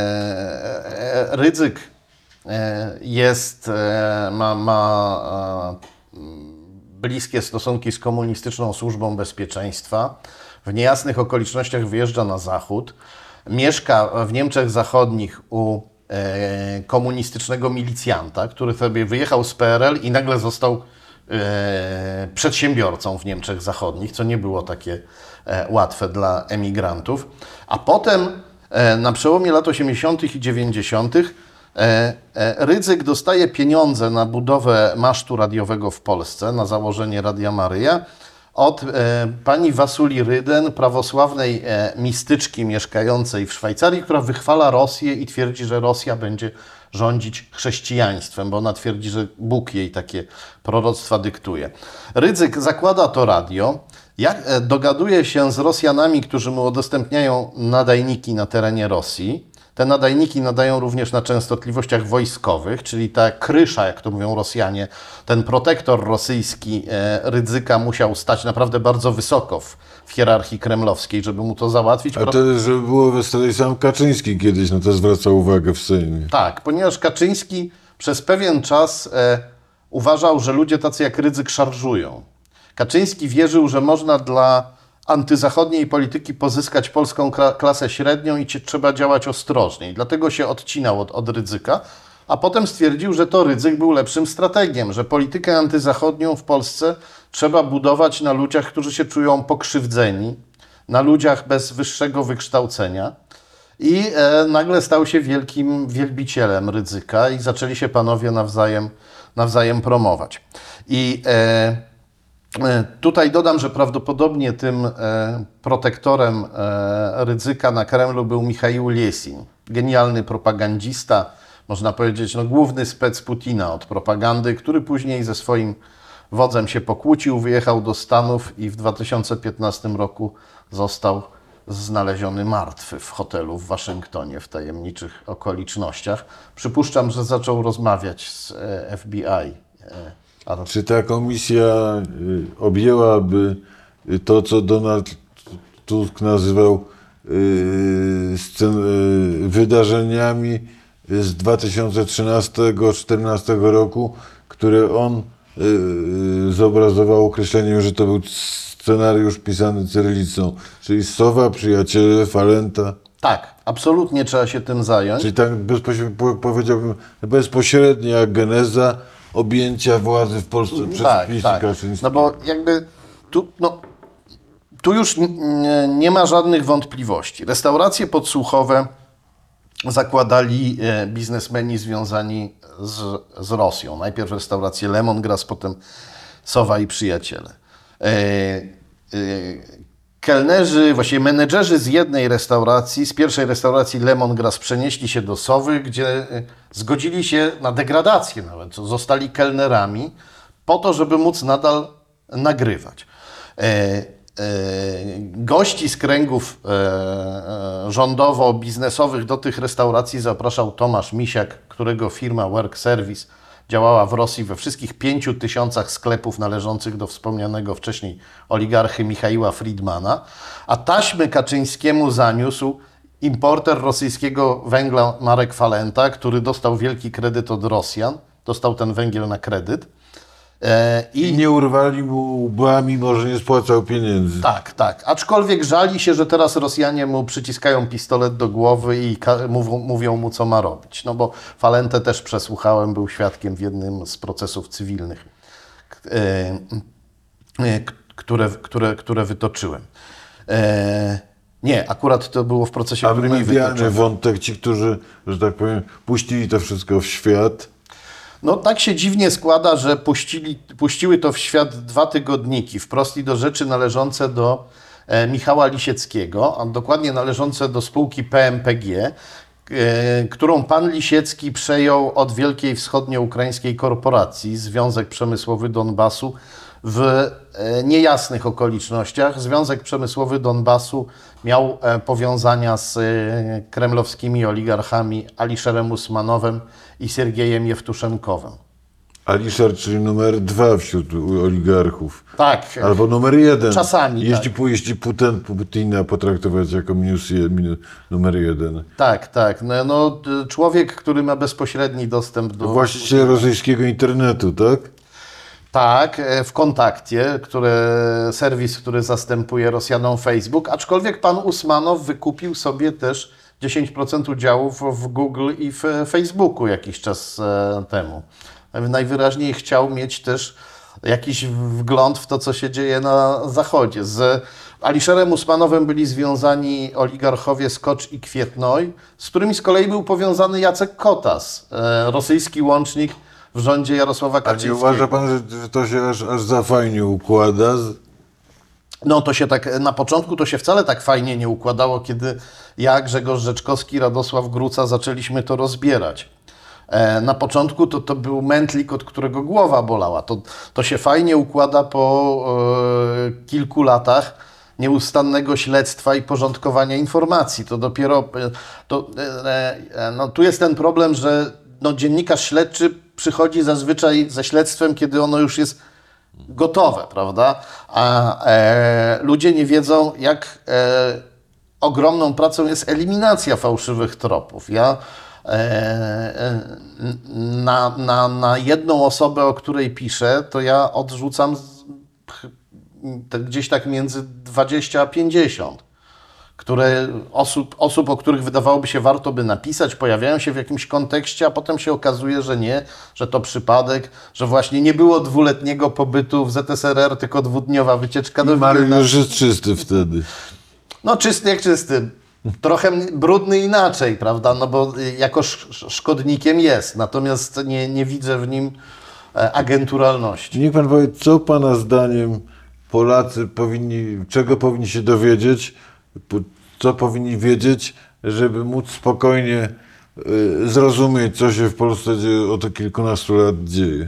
e, Rydzyk e, jest, e, ma, ma e, bliskie stosunki z komunistyczną służbą bezpieczeństwa. W niejasnych okolicznościach wyjeżdża na zachód. Mieszka w Niemczech Zachodnich u e, komunistycznego milicjanta, który sobie wyjechał z P R L i nagle został e, przedsiębiorcą w Niemczech Zachodnich, co nie było takie e, łatwe dla emigrantów. A potem e, na przełomie lat osiemdziesiątych i dziewięćdziesiątych e, e, Rydzyk dostaje pieniądze na budowę masztu radiowego w Polsce, na założenie Radia Maryja, od e, pani Wasuli Ryden, prawosławnej e, mistyczki mieszkającej w Szwajcarii, która wychwala Rosję i twierdzi, że Rosja będzie rządzić chrześcijaństwem, bo ona twierdzi, że Bóg jej takie proroctwa dyktuje. Rydzyk zakłada to radio, jak, e, dogaduje się z Rosjanami, którzy mu udostępniają nadajniki na terenie Rosji. Te nadajniki nadają również na częstotliwościach wojskowych, czyli ta krysza, jak to mówią Rosjanie, ten protektor rosyjski e, Rydzyka musiał stać naprawdę bardzo wysoko w, w hierarchii kremlowskiej, żeby mu to załatwić. A to, żeby było wesoło, sam Kaczyński kiedyś na to zwracał uwagę w Sejmie. Tak, ponieważ Kaczyński przez pewien czas e, uważał, że ludzie tacy jak Rydzyk szarżują. Kaczyński wierzył, że można dla antyzachodniej polityki pozyskać polską klasę średnią i trzeba działać ostrożniej. Dlatego się odcinał od, od Rydzyka, a potem stwierdził, że to Rydzyk był lepszym strategiem, że politykę antyzachodnią w Polsce trzeba budować na ludziach, którzy się czują pokrzywdzeni, na ludziach bez wyższego wykształcenia. I e, nagle stał się wielkim wielbicielem Rydzyka i zaczęli się panowie nawzajem, nawzajem promować. I e, Tutaj dodam, że prawdopodobnie tym e, protektorem e, Rydzyka na Kremlu był Michaił Liesin. Genialny propagandista, można powiedzieć, no, główny spec Putina od propagandy, który później ze swoim wodzem się pokłócił, wyjechał do Stanów i w dwa tysiące piętnastym roku został znaleziony martwy w hotelu w Waszyngtonie w tajemniczych okolicznościach. Przypuszczam, że zaczął rozmawiać z e, F B I. E, A to- Czy ta komisja y, objęłaby y, to, co Donald Tusk nazywał y, scen, y, wydarzeniami z dwa tysiące trzynastego do dwa tysiące czternastego roku, które on y, y, zobrazował określeniem, że to był scenariusz pisany cyrylicą, czyli Sowa, Przyjaciele, Falenta. Tak, absolutnie trzeba się tym zająć. Czyli tak bezpośrednio, powiedziałbym, bezpośrednia geneza objęcia władzy w Polsce przez Tak, PiS i tak. Kaczyńskiego. No bo jakby tu, no, tu już n- n- nie ma żadnych wątpliwości. Restauracje podsłuchowe zakładali e, biznesmeni związani z, z Rosją. Najpierw restaurację Lemongrass, potem Sowa i Przyjaciele. E, e, kelnerzy, właściwie menedżerzy z jednej restauracji, z pierwszej restauracji Lemongrass przenieśli się do Sowy, gdzie e, zgodzili się na degradację nawet, zostali kelnerami po to, żeby móc nadal nagrywać. E, e, gości z kręgów e, e, rządowo-biznesowych do tych restauracji zapraszał Tomasz Misiak, którego firma Work Service działała w Rosji we wszystkich pięciu tysiącach sklepów należących do wspomnianego wcześniej oligarchy Michaiła Friedmana, a taśmy Kaczyńskiemu zaniósł importer rosyjskiego węgla Marek Falenta, który dostał wielki kredyt od Rosjan, dostał ten węgiel na kredyt. E, I nie urwali mu łba, mimo że nie spłacał pieniędzy. Tak, tak. Aczkolwiek żali się, że teraz Rosjanie mu przyciskają pistolet do głowy i ka- mówią, mówią mu, co ma robić. No bo Falentę też przesłuchałem, był świadkiem w jednym z procesów cywilnych, k- e, e, k- które, które, które wytoczyłem. E, nie, akurat to było w procesie, A który mi medialny wytoczyłem. wątek, ci, którzy, że tak powiem, puścili to wszystko w świat. No tak się dziwnie składa, że puścili, puściły to w świat dwa tygodniki, wprost i do rzeczy należące do e, Michała Lisieckiego, a dokładnie należące do spółki P M P G, e, którą pan Lisiecki przejął od wielkiej wschodnioukraińskiej korporacji, Związek Przemysłowy Donbasu, w e, niejasnych okolicznościach. Związek Przemysłowy Donbasu miał e, powiązania z e, kremlowskimi oligarchami Aliszerem Usmanowem i Siergiejem Jewtuszenkowem. Aliszer, czyli numer dwa wśród oligarchów. Tak, Albo numer jeden. Czasami, Jeśli, tak. pu- jeśli Putin, Putina potraktować jako minus je, minu, numer jeden. tak, tak. No, no, d- człowiek, który ma bezpośredni dostęp do... Właściciel rosyjskiego internetu, tak? Tak, e, w Kontakcie, które, serwis, który zastępuje Rosjanom Facebook, aczkolwiek pan Usmanow wykupił sobie też dziesięć procent udziałów w Google i w Facebooku jakiś czas e, temu. Najwyraźniej chciał mieć też jakiś wgląd w to, co się dzieje na Zachodzie. Z Aliszerem Usmanowem byli związani oligarchowie Skocz i Kwietnoj, z którymi z kolei był powiązany Jacek Kotas, e, rosyjski łącznik w rządzie Jarosława A nie Kaczyńskiego. uważa pan, że że to się aż, aż za fajnie układa? Z- No to się tak, na początku to się wcale tak fajnie nie układało, kiedy ja, Grzegorz Rzeczkowski, Radosław Gruca zaczęliśmy to rozbierać. E, na początku to, to był mętlik, od którego głowa bolała. To, to się fajnie układa po e, kilku latach nieustannego śledztwa i porządkowania informacji. To dopiero, e, to, e, e, no, tu jest ten problem, że no, dziennikarz śledczy przychodzi zazwyczaj ze śledztwem, kiedy ono już jest gotowe, prawda? A e, ludzie nie wiedzą, jak e, ogromną pracą jest eliminacja fałszywych tropów. Ja e, e, na, na, na jedną osobę, o której piszę, to ja odrzucam z, ch- te, gdzieś tak między dwadzieścia a pięćdziesiąt. Które osób, osób, o których wydawałoby się warto by napisać, pojawiają się w jakimś kontekście, a potem się okazuje, że nie, że to przypadek, że właśnie nie było dwuletniego pobytu w Z S R R, tylko dwudniowa wycieczka do Wilna. Mariusz jest czysty wtedy. No czysty jak czysty. Trochę brudny inaczej, prawda? No bo jako sz- szkodnikiem jest, natomiast nie, nie widzę w nim e, agenturalności. Niech pan powie, co pana zdaniem Polacy powinni, czego powinni się dowiedzieć, po- co powinni wiedzieć, żeby móc spokojnie y, zrozumieć, co się w Polsce dzieje, od kilkunastu lat dzieje.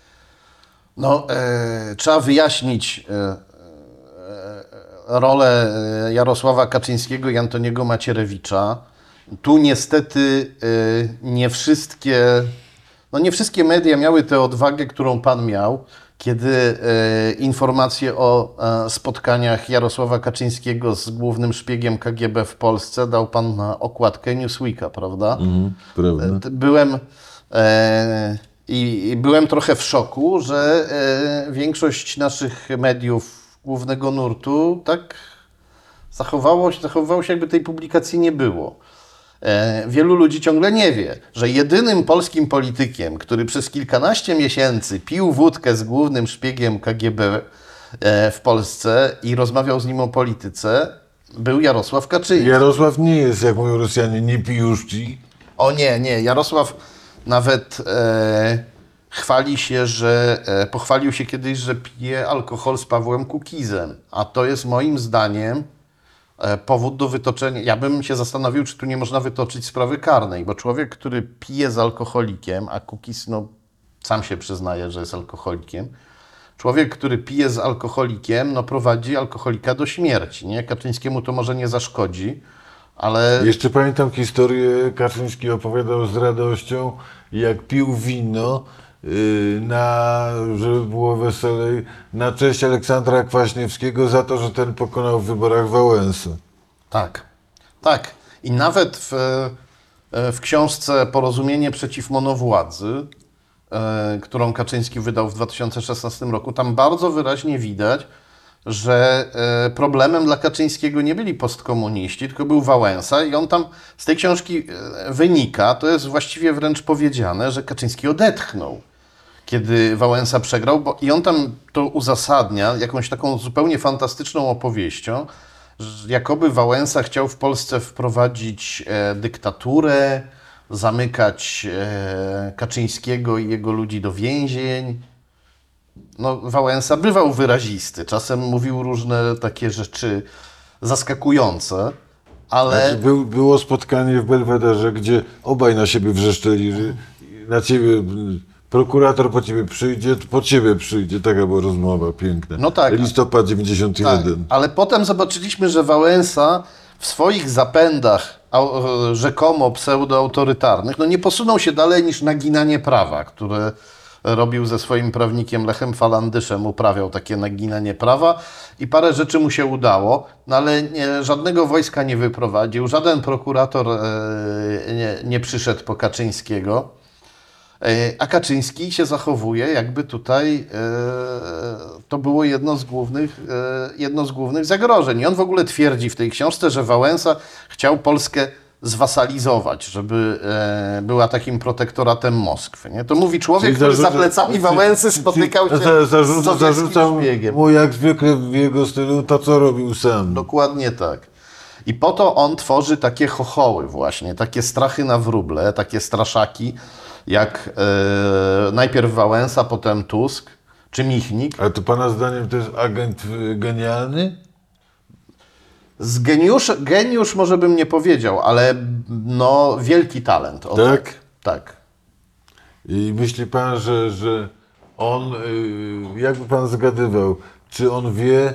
No, e, trzeba wyjaśnić e, e, rolę e, Jarosława Kaczyńskiego i Antoniego Macierewicza. Tu niestety e, nie wszystkie, no nie wszystkie media miały tę odwagę, którą pan miał, kiedy e, informacje o e, spotkaniach Jarosława Kaczyńskiego z głównym szpiegiem K G B w Polsce dał pan na okładkę Newsweeka, prawda? Mhm, prawda. E, Byłem, e, i, i byłem trochę w szoku, że e, większość naszych mediów głównego nurtu tak zachowało się, zachowywało się, jakby tej publikacji nie było. E, wielu ludzi ciągle nie wie, że jedynym polskim politykiem, który przez kilkanaście miesięcy pił wódkę z głównym szpiegiem K G B e, w Polsce i rozmawiał z nim o polityce, był Jarosław Kaczyński. Jarosław nie jest, jak mówią Rosjanie, nie pijuszci. O nie, nie. Jarosław nawet e, chwali się, że e, pochwalił się kiedyś, że pije alkohol z Pawłem Kukizem. A to jest moim zdaniem e, powód do wytoczenia. Ja bym się zastanowił, czy tu nie można wytoczyć sprawy karnej, bo człowiek, który pije z alkoholikiem, a Kukiz no, sam się przyznaje, że jest alkoholikiem, człowiek, który pije z alkoholikiem, no prowadzi alkoholika do śmierci. Nie? Kaczyńskiemu to może nie zaszkodzi, ale... Jeszcze pamiętam historię, Kaczyński opowiadał z radością, jak pił wino, yy, na, żeby było weselej, na cześć Aleksandra Kwaśniewskiego za to, że ten pokonał w wyborach Wałęsę. Tak, tak. I nawet w, w książce Porozumienie przeciw monowładzy, e, którą Kaczyński wydał w dwa tysiące szesnastym roku, tam bardzo wyraźnie widać, że e, problemem dla Kaczyńskiego nie byli postkomuniści, tylko był Wałęsa i on tam z tej książki e, wynika, to jest właściwie wręcz powiedziane, że Kaczyński odetchnął, kiedy Wałęsa przegrał, bo i on tam to uzasadnia jakąś taką zupełnie fantastyczną opowieścią, że jakoby Wałęsa chciał w Polsce wprowadzić e, dyktaturę, zamykać e, Kaczyńskiego i jego ludzi do więzień. No, Wałęsa bywał wyrazisty, czasem mówił różne takie rzeczy zaskakujące, ale... Znaczy, był, było spotkanie w Belwederze, gdzie obaj na siebie wrzeszczeli, że na ciebie prokurator po ciebie przyjdzie, po ciebie przyjdzie. Taka była rozmowa piękna. No tak. Listopad dziewięćdziesiąty Tak, jeden. ale potem zobaczyliśmy, że Wałęsa w swoich zapędach au- rzekomo pseudoautorytarnych no nie posunął się dalej niż naginanie prawa, które robił ze swoim prawnikiem Lechem Falandyszem, uprawiał takie naginanie prawa i parę rzeczy mu się udało, no ale nie, żadnego wojska nie wyprowadził, żaden prokurator e, nie, nie przyszedł po Kaczyńskiego. A Kaczyński się zachowuje, jakby tutaj e, to było jedno z, głównych, e, jedno z głównych zagrożeń. I on w ogóle twierdzi w tej książce, że Wałęsa chciał Polskę zwasalizować, żeby e, była takim protektoratem Moskwy. Nie? To mówi człowiek, Czyli który zarzuca- za plecami Wałęsy spotykał się za- z zarzuca, sowieckim Zarzucał szpiegiem. mu jak zwykle w jego stylu to, co robił sam. Dokładnie tak. I po to on tworzy takie chochoły właśnie, takie strachy na wróble, takie straszaki, jak e, najpierw Wałęsa, potem Tusk czy Michnik. A to pana zdaniem to jest agent y, genialny? Z geniusz, geniusz może bym nie powiedział, ale no wielki talent. O, Tak? Tak. I myśli pan, że, że on, y, jakby pan zgadywał, czy on wie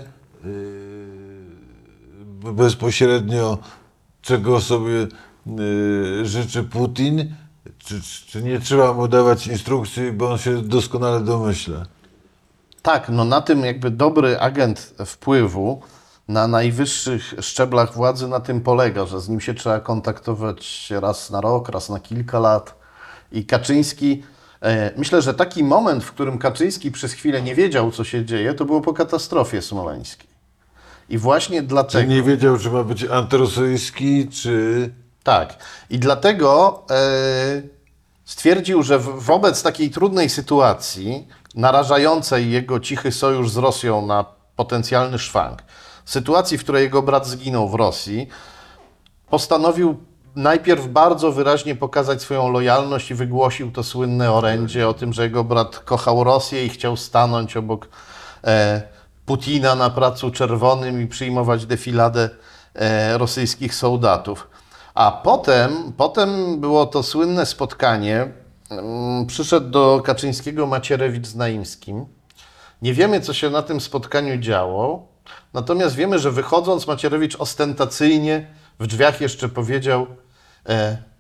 y, bezpośrednio, czego sobie y, życzy Putin, czy, czy nie trzeba mu dawać instrukcji, bo on się doskonale domyśla? Tak, no na tym jakby dobry agent wpływu na najwyższych szczeblach władzy na tym polega, że z nim się trzeba kontaktować raz na rok, raz na kilka lat. I Kaczyński, e, myślę, że taki moment, w którym Kaczyński przez chwilę nie wiedział, co się dzieje, to było po katastrofie smoleńskiej. I właśnie Czy dlatego... nie wiedział, czy ma być antyrosyjski, czy... Tak. I dlatego e, stwierdził, że w, wobec takiej trudnej sytuacji, narażającej jego cichy sojusz z Rosją na potencjalny szwank, sytuacji, w której jego brat zginął w Rosji, postanowił najpierw bardzo wyraźnie pokazać swoją lojalność i wygłosił to słynne orędzie o tym, że jego brat kochał Rosję i chciał stanąć obok e, Putina na Placu Czerwonym i przyjmować defiladę e, rosyjskich soldatów. A potem, potem było to słynne spotkanie. Mm, Przyszedł do Kaczyńskiego Macierewicz z Naimskim. Nie wiemy, co się na tym spotkaniu działo, natomiast wiemy, że wychodząc Macierewicz ostentacyjnie w drzwiach jeszcze powiedział: e,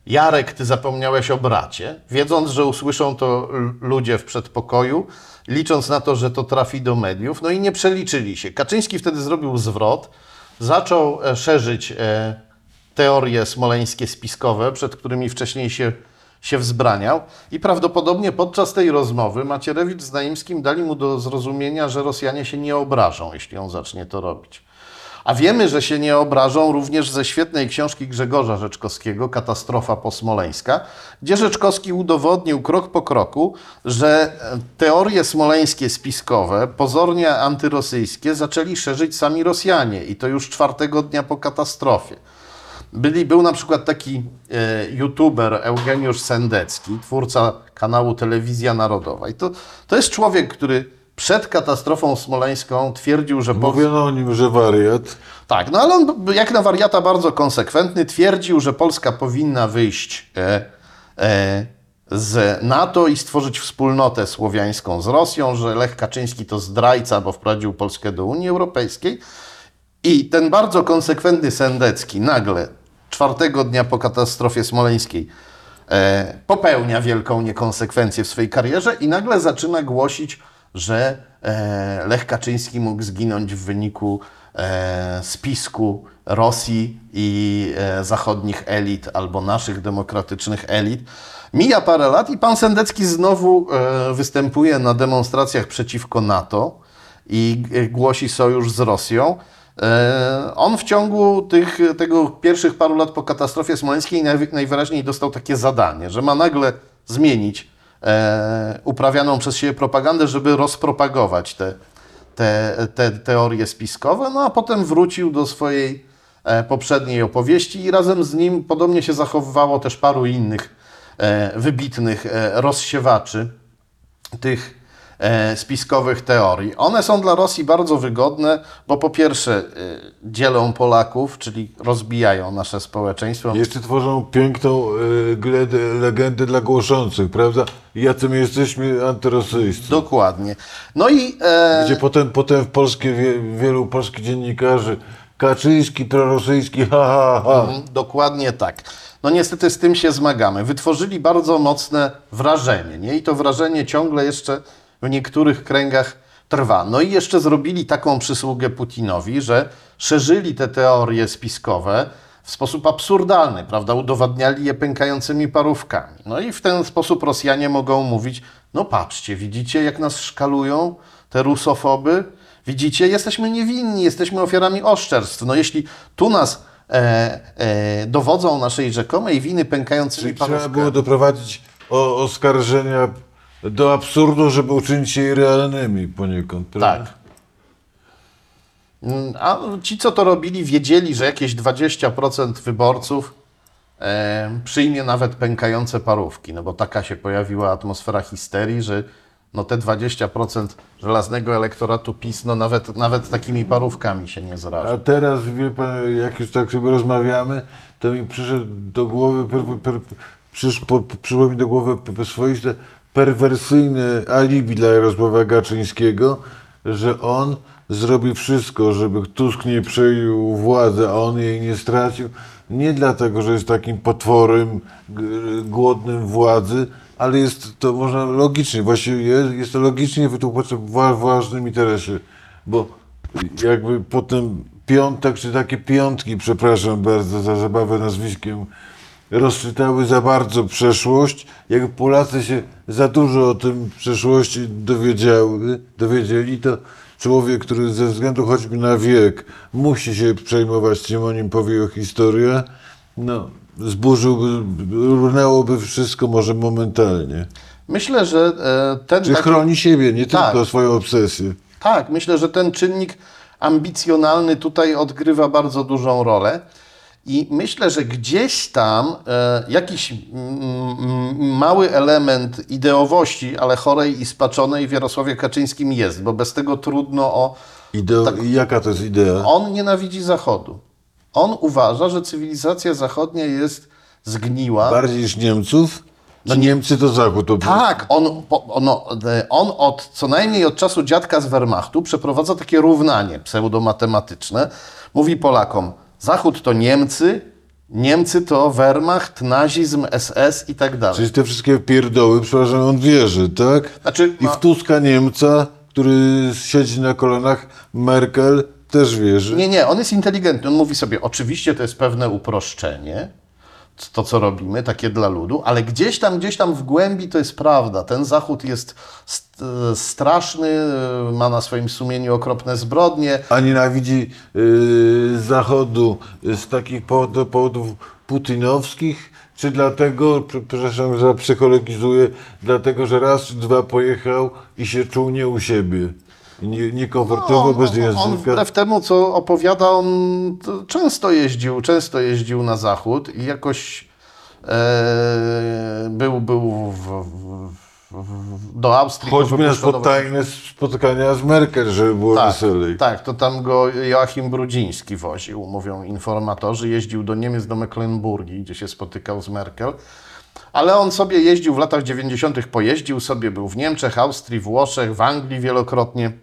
Jarek, ty zapomniałeś o bracie, wiedząc, że usłyszą to l- ludzie w przedpokoju, licząc na to, że to trafi do mediów, no i nie przeliczyli się. Kaczyński wtedy zrobił zwrot, zaczął e, szerzyć e, teorie smoleńskie spiskowe, przed którymi wcześniej się, się wzbraniał i prawdopodobnie podczas tej rozmowy Macierewicz z Naimskim dali mu do zrozumienia, że Rosjanie się nie obrażą, jeśli on zacznie to robić. A wiemy, że się nie obrażą również ze świetnej książki Grzegorza Rzeczkowskiego, Katastrofa posmoleńska, gdzie Rzeczkowski udowodnił krok po kroku, że teorie smoleńskie spiskowe, pozornie antyrosyjskie, zaczęli szerzyć sami Rosjanie i to już czwartego dnia po katastrofie. Byli, był na przykład taki e, youtuber Eugeniusz Sendecki, twórca kanału Telewizja Narodowa. I to, to jest człowiek, który przed katastrofą smoleńską twierdził, że... Mówiono o nim, że wariat. Tak, no ale on jak na wariata bardzo konsekwentny twierdził, że Polska powinna wyjść e, e, z NATO i stworzyć wspólnotę słowiańską z Rosją, że Lech Kaczyński to zdrajca, bo wprowadził Polskę do Unii Europejskiej. I ten bardzo konsekwentny Sendecki nagle czwartego dnia po katastrofie smoleńskiej e, popełnia wielką niekonsekwencję w swojej karierze i nagle zaczyna głosić, że e, Lech Kaczyński mógł zginąć w wyniku e, spisku Rosji i e, zachodnich elit albo naszych demokratycznych elit. Mija parę lat i pan Sendecki znowu e, występuje na demonstracjach przeciwko NATO i e, głosi sojusz z Rosją. E, on w ciągu tych, tego pierwszych paru lat po katastrofie smoleńskiej naj, najwyraźniej dostał takie zadanie, że ma nagle zmienić E, uprawianą przez siebie propagandę, żeby rozpropagować te, te, te teorie spiskowe, no a potem wrócił do swojej e, poprzedniej opowieści i razem z nim podobnie się zachowywało też paru innych e, wybitnych e, rozsiewaczy tych e, spiskowych teorii. One są dla Rosji bardzo wygodne, bo po pierwsze e, dzielą Polaków, czyli rozbijają nasze społeczeństwo. Jeszcze tworzą piękną y, gledę- legendę dla głoszących, prawda? Jacy my jesteśmy antyrosyjscy. Dokładnie. No i... E, Gdzie potem, potem w polskie, wie, wielu polskich dziennikarzy Kaczyński, prorosyjski, ha, ha, ha. Mhm, dokładnie tak. No niestety z tym się zmagamy. Wytworzyli bardzo mocne wrażenie, nie? I to wrażenie ciągle jeszcze w niektórych kręgach trwa. No i jeszcze zrobili taką przysługę Putinowi, że szerzyli te teorie spiskowe w sposób absurdalny, prawda? Udowadniali je pękającymi parówkami. No i w ten sposób Rosjanie mogą mówić, no patrzcie, widzicie jak nas szkalują te rusofoby? Widzicie, jesteśmy niewinni, jesteśmy ofiarami oszczerstw. No jeśli tu nas e, e, dowodzą naszej rzekomej winy pękającymi Czyli trzeba parówkami. było doprowadzić o, oskarżenia do absurdu, żeby uczynić je realnymi poniekąd, prawda? Tak. Mm, A ci, co to robili, wiedzieli, że jakieś dwadzieścia procent wyborców e, przyjmie nawet pękające parówki, no bo taka się pojawiła atmosfera histerii, że no te dwadzieścia procent żelaznego elektoratu PiS, no nawet, nawet takimi parówkami się nie zraża. A teraz, wie pan, jak już tak sobie rozmawiamy, to mi przyszedł do głowy, per, per, przysz, po, przyszło mi do głowy per- swoiste perwersyjne alibi dla Jarosława Kaczyńskiego, że on zrobi wszystko, żeby Tusk nie przejął władzy, a on jej nie stracił, nie dlatego, że jest takim potworem g- głodnym władzy, ale jest to, można logicznie, właściwie jest, jest to logicznie wytłumaczone w wa- ważnym interesie, bo jakby potem piątek, czy takie piątki, przepraszam bardzo za zabawę nazwiskiem, rozczytały za bardzo przeszłość, jak Polacy się za dużo o tym przeszłości dowiedziały, dowiedzieli, to człowiek, który ze względu choćby na wiek musi się przejmować tym, o nim powie o historię, no, zburzyłby, runęłoby wszystko może momentalnie. Myślę, że e, ten Czy taki- chroni siebie, nie Tak. tylko swoją obsesję. Tak, myślę, że ten czynnik ambicjonalny tutaj odgrywa bardzo dużą rolę i myślę, że gdzieś tam e, jakiś mm, mm, mały element ideowości, ale chorej i spaczonej w Jarosławie Kaczyńskim jest, bo bez tego trudno o... Ideo, Tak. Jaka to jest idea? On nienawidzi Zachodu. On uważa, że cywilizacja zachodnia jest zgniła. Bardziej niż Niemców? No Czy nie- Niemcy to Zachód? To Tak, on, po- no, e, on od co najmniej od czasu dziadka z Wehrmachtu przeprowadza takie równanie pseudomatematyczne. Mówi Polakom, Zachód to Niemcy, Niemcy to Wehrmacht, nazizm, S S i tak dalej. Czyli te wszystkie pierdoły, przepraszam, on wierzy, tak? Znaczy, I ma- w Tuska Niemca, który siedzi na kolanach, Merkel też wierzy. Nie, nie, on jest inteligentny. On mówi sobie, oczywiście to jest pewne uproszczenie, to co robimy, takie dla ludu, ale gdzieś tam, gdzieś tam w głębi to jest prawda. Ten Zachód jest st- straszny, ma na swoim sumieniu okropne zbrodnie. A nienawidzi y, Zachodu z takich powodów, powodów putinowskich, czy dlatego, prze- przepraszam, że psychologizuję, dlatego, że raz czy dwa pojechał i się czuł nie u siebie. Nie, niekomfortowo, bez on języka. wbrew temu, co opowiada, on to często jeździł, często jeździł na Zachód i jakoś e, był, był w, w, w, do Austrii. Choćby na wypuszczono- tajne spotkania z Merkel, żeby było Tak, weselej. tak, to tam go Joachim Brudziński woził, mówią informatorzy. Jeździł do Niemiec, do Mecklenburgii, gdzie się spotykał z Merkel. Ale on sobie jeździł w latach dziewięćdziesiątych, pojeździł sobie, był w Niemczech, Austrii, Włoszech, w Anglii wielokrotnie.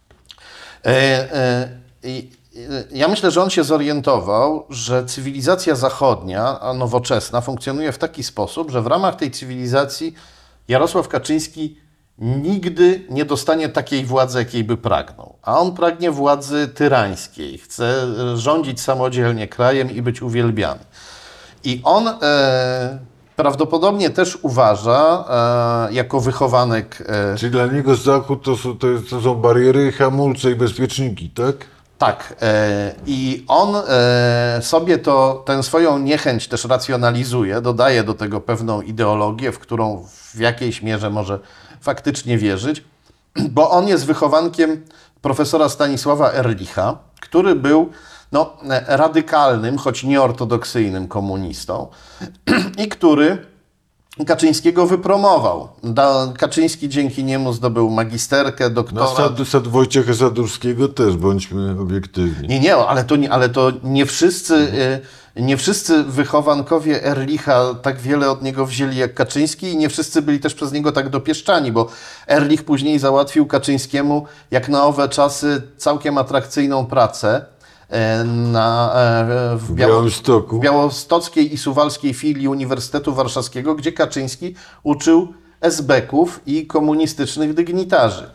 E, e, i, e, ja myślę, że on się zorientował, że cywilizacja zachodnia, a nowoczesna, funkcjonuje w taki sposób, że w ramach tej cywilizacji Jarosław Kaczyński nigdy nie dostanie takiej władzy, jakiej by pragnął. A on pragnie władzy tyrańskiej, chce rządzić samodzielnie krajem i być uwielbiany. I on e, prawdopodobnie też uważa, e, jako wychowanek... E, Czyli dla niego Zachód to są, to, jest, to są bariery, hamulce i bezpieczniki, tak? Tak, e, i on e, sobie to, tę swoją niechęć też racjonalizuje, dodaje do tego pewną ideologię, w którą w jakiejś mierze może faktycznie wierzyć, bo on jest wychowankiem profesora Stanisława Ehrlicha, który był no, e, radykalnym, choć nieortodoksyjnym komunistą i który Kaczyńskiego wypromował. Da, Kaczyński dzięki niemu zdobył magisterkę, No, doktorat. sad, sad Wojciecha Sadurskiego też, bądźmy obiektywni. Nie, nie, ale to nie, ale to nie wszyscy, y, nie wszyscy wychowankowie Ehrlicha tak wiele od niego wzięli jak Kaczyński i nie wszyscy byli też przez niego tak dopieszczani, bo Ehrlich później załatwił Kaczyńskiemu, jak na owe czasy, całkiem atrakcyjną pracę e, na, e, w, Biało, Białymstoku. w białostockiej i suwalskiej filii Uniwersytetu Warszawskiego, gdzie Kaczyński uczył esbeków i komunistycznych dygnitarzy.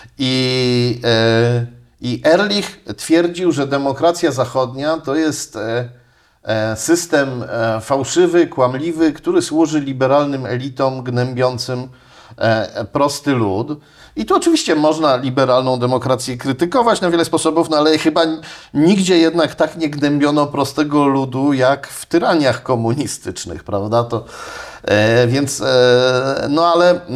I... E, I Ehrlich twierdził, że demokracja zachodnia to jest e, e, system e, fałszywy, kłamliwy, który służy liberalnym elitom gnębiącym e, prosty lud. I tu oczywiście można liberalną demokrację krytykować na wiele sposobów, no ale chyba nigdzie jednak tak nie gnębiono prostego ludu jak w tyraniach komunistycznych, prawda? To, e, więc, e, no ale e,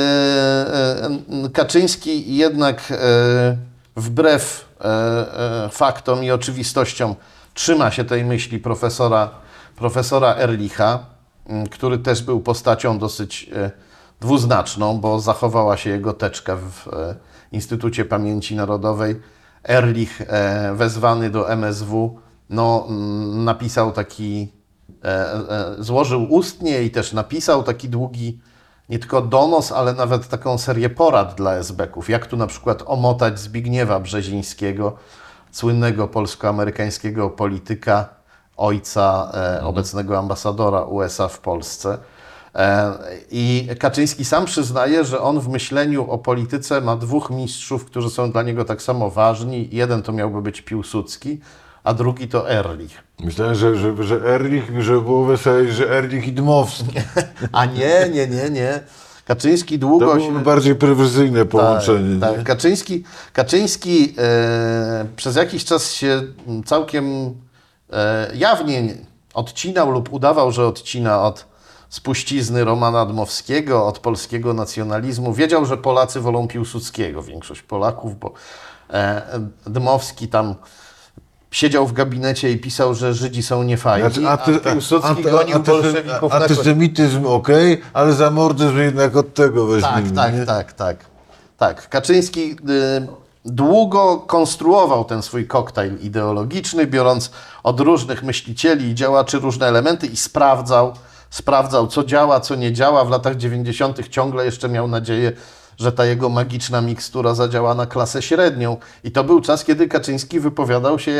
e, Kaczyński jednak e, wbrew e, e, faktom i oczywistościom trzyma się tej myśli profesora, profesora Ehrlicha, m, który też był postacią dosyć e, dwuznaczną, bo zachowała się jego teczka w e, Instytucie Pamięci Narodowej. Ehrlich, e, wezwany do M S W, no, m, napisał taki, e, e, złożył ustnie i też napisał taki długi, nie tylko donos, ale nawet taką serię porad dla esbeków. Jak tu na przykład omotać Zbigniewa Brzezińskiego, słynnego polsko-amerykańskiego polityka, ojca e, obecnego ambasadora U S A w Polsce. E, I Kaczyński sam przyznaje, że on w myśleniu o polityce ma dwóch mistrzów, którzy są dla niego tak samo ważni. Jeden to miałby być Piłsudski, a drugi to Ehrlich. Myślałem, że, że, że Ehrlich, że było weselej, że Ehrlich i Dmowski. A nie, nie, nie, nie. Kaczyński długo To się... byłoby bardziej perwersyjne połączenie. Tak, nie? tak. Kaczyński, Kaczyński e, przez jakiś czas się całkiem e, jawnie odcinał lub udawał, że odcina od spuścizny Romana Dmowskiego, od polskiego nacjonalizmu. Wiedział, że Polacy wolą Piłsudskiego, większość Polaków, bo e, Dmowski tam siedział w gabinecie i pisał, że Żydzi są niefajni, Znaczy, a anty, Piłsudski anty, gonił anty, bolszewików na koniec. Antysemityzm okej, ale za mordyzm jednak od tego Tak, weźmiemy. tak, nie? tak, tak. Tak, Kaczyński y, długo konstruował ten swój koktajl ideologiczny, biorąc od różnych myślicieli i działaczy różne elementy i sprawdzał, sprawdzał, co działa, co nie działa. W latach dziewięćdziesiątych ciągle jeszcze miał nadzieję, że ta jego magiczna mikstura zadziała na klasę średnią. I to był czas, kiedy Kaczyński wypowiadał się jak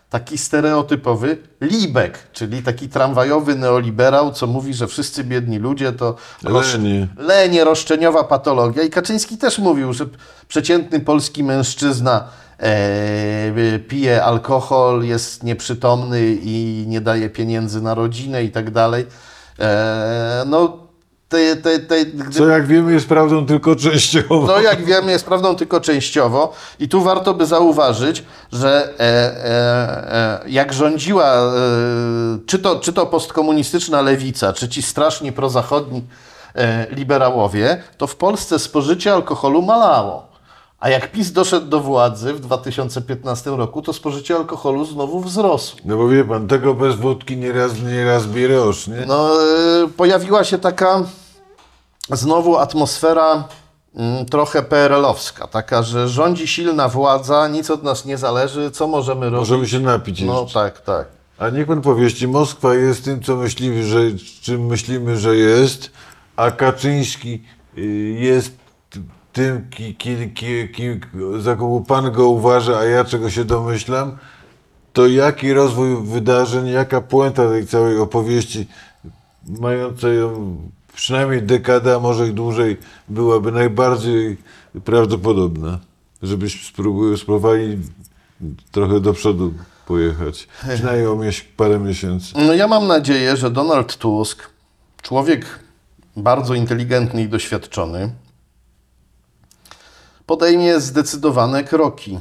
taki stereotypowy libek, czyli taki tramwajowy neoliberał, co mówi, że wszyscy biedni ludzie to Lenie. lenie, roszczeniowa patologia. I Kaczyński też mówił, że przeciętny polski mężczyzna e, pije alkohol, jest nieprzytomny i nie daje pieniędzy na rodzinę i tak dalej. E, no, te, te, te, gdy... Co jak wiemy jest prawdą tylko częściowo. No, jak wiemy, jest prawdą tylko częściowo. I tu warto by zauważyć, że e, e, e, jak rządziła e, czy, to, czy to postkomunistyczna lewica, czy ci straszni prozachodni e, liberałowie, to w Polsce spożycie alkoholu malało. A jak PiS doszedł do władzy w dwa tysiące piętnastym roku, to spożycie alkoholu znowu wzrosło. No bo wie pan, tego bez wódki nieraz, nieraz bierosz, nie? No, e, pojawiła się taka znowu atmosfera mm, trochę P R L-owska, taka, że rządzi silna władza, nic od nas nie zależy, co możemy robić? Możemy się napić No jeszcze. tak, tak. A niech pan powie, jeśli Moskwa jest tym, co myślimy, że, czym myślimy, że jest, a Kaczyński y, jest tym, ki, ki, ki, ki, za kogo pan go uważa, a ja czego się domyślam, to jaki rozwój wydarzeń, jaka puenta tej całej opowieści, mającej przynajmniej dekadę, a może i dłużej, byłaby najbardziej prawdopodobna, żebyśmy spróbuj- spróbowali trochę do przodu pojechać. Przynajmniej o mies- parę miesięcy. No ja mam nadzieję, że Donald Tusk, człowiek bardzo inteligentny i doświadczony, podejmie zdecydowane kroki.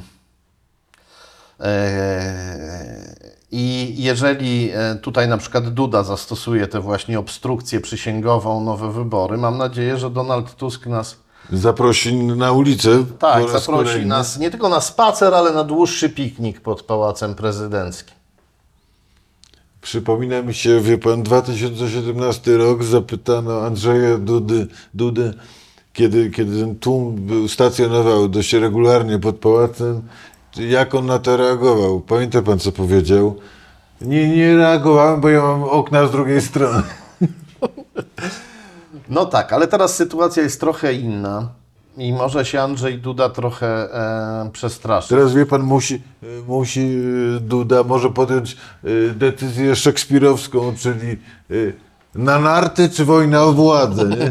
Eee, I jeżeli e, tutaj na przykład Duda zastosuje tę właśnie obstrukcję przysięgową, nowe wybory, mam nadzieję, że Donald Tusk nas Zaprosi na ulicę. tak, po raz zaprosi kolejny. nas nie tylko na spacer, ale na dłuższy piknik pod Pałacem Prezydenckim. Przypomina mi się, wie pan, dwa tysiące siedemnasty rok, zapytano Andrzeja Dudy, Dudę, kiedy, kiedy ten tłum był, stacjonował dość regularnie pod pałacem, jak on na to reagował. Pamięta pan, co powiedział? Nie, nie reagowałem, bo ja mam okna z drugiej strony. No tak, ale teraz sytuacja jest trochę inna i może się Andrzej Duda trochę e, przestraszy. Teraz wie pan, musi, musi y, Duda może podjąć y, decyzję szekspirowską, czyli y, na narty czy wojna o władzę, nie?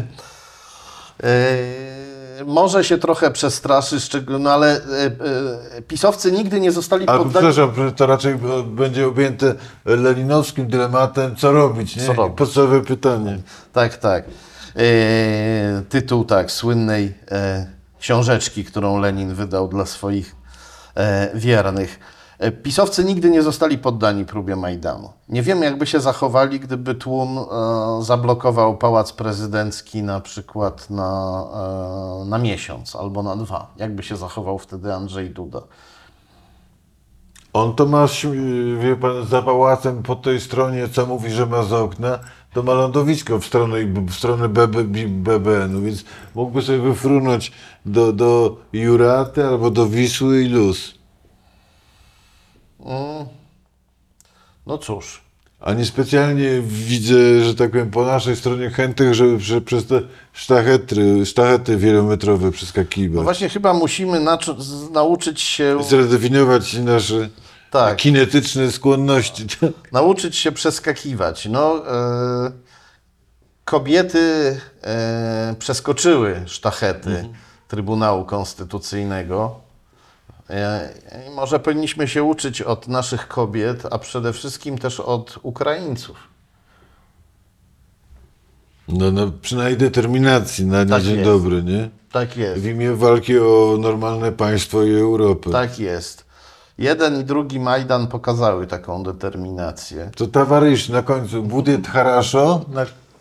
E, może się trochę przestraszy, szczeg- no ale e, e, pisowcy nigdy nie zostali Ale poddani... przepraszam, to raczej będzie objęte leninowskim dylematem, co robić, nie? Co robić? Podstawowe pytanie. Tak, tak. E, tytuł tak, słynnej e, książeczki, którą Lenin wydał dla swoich e, wiernych. E, pisowcy nigdy nie zostali poddani próbie Majdanu. Nie wiemy, jakby się zachowali, gdyby tłum e, zablokował Pałac Prezydencki na przykład na, e, na miesiąc albo na dwa. Jakby się zachował wtedy Andrzej Duda. On to ma, śm- wie pan, za pałacem po tej stronie, co mówi, że ma z okna, to ma lądowisko w stronę, w stronę B B N-u, więc mógłby sobie wyfrunąć do, do Juraty albo do Wisły i luz. No cóż. A niespecjalnie widzę, że tak powiem, po naszej stronie chętnych, żeby prze, przez te sztachety, sztachety wielometrowe przeskakiwać. No właśnie chyba musimy naczu- z- nauczyć się... Zredefiniować nasze Tak. kinetyczne skłonności. Nauczyć się przeskakiwać. No, e, kobiety e, przeskoczyły sztachety Trybunału Konstytucyjnego. E, i może powinniśmy się uczyć od naszych kobiet, a przede wszystkim też od Ukraińców. No, no przynajmniej determinacji na, na Tak dzień jest. dobry, nie? Tak jest. W imię walki o normalne państwo i Europę. Tak jest. Jeden i drugi Majdan pokazały taką determinację. To towarzysz na końcu, будет хорошо? Na...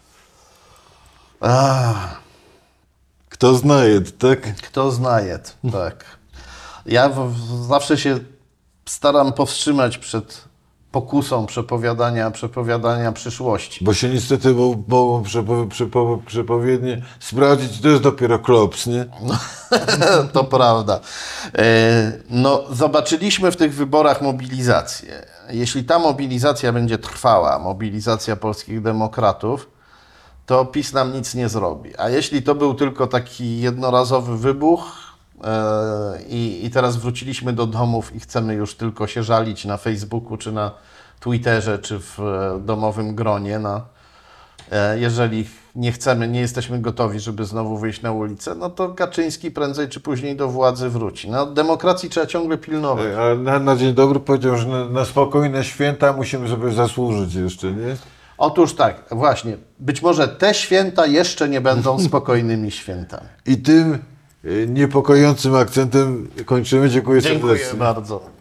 Ach, Kto znaje, tak? kto znaje, tak. Ja w, w, zawsze się staram powstrzymać przed pokusą przepowiadania, przepowiadania przyszłości. Bo się niestety mo- mogą przepo, przepo, przepowiednie sprawdzić, to jest dopiero klops, nie? To prawda. E, No, zobaczyliśmy w tych wyborach mobilizację. Jeśli ta mobilizacja będzie trwała, mobilizacja polskich demokratów, to PiS nam nic nie zrobi. A jeśli to był tylko taki jednorazowy wybuch, e, i, i teraz wróciliśmy do domów i chcemy już tylko się żalić na Facebooku, czy na Twitterze, czy w e, domowym gronie, na, e, jeżeli nie chcemy, nie jesteśmy gotowi, żeby znowu wyjść na ulicę, no to Kaczyński prędzej czy później do władzy wróci. No, demokracji trzeba ciągle pilnować. A na, na dzień dobry powiedział, że na, na spokojne święta musimy sobie zasłużyć jeszcze, nie? Otóż tak, właśnie, być może te święta jeszcze nie będą spokojnymi świętami. I tym y, niepokojącym akcentem kończymy. Dziękuję Dziękuję serdecznie. bardzo.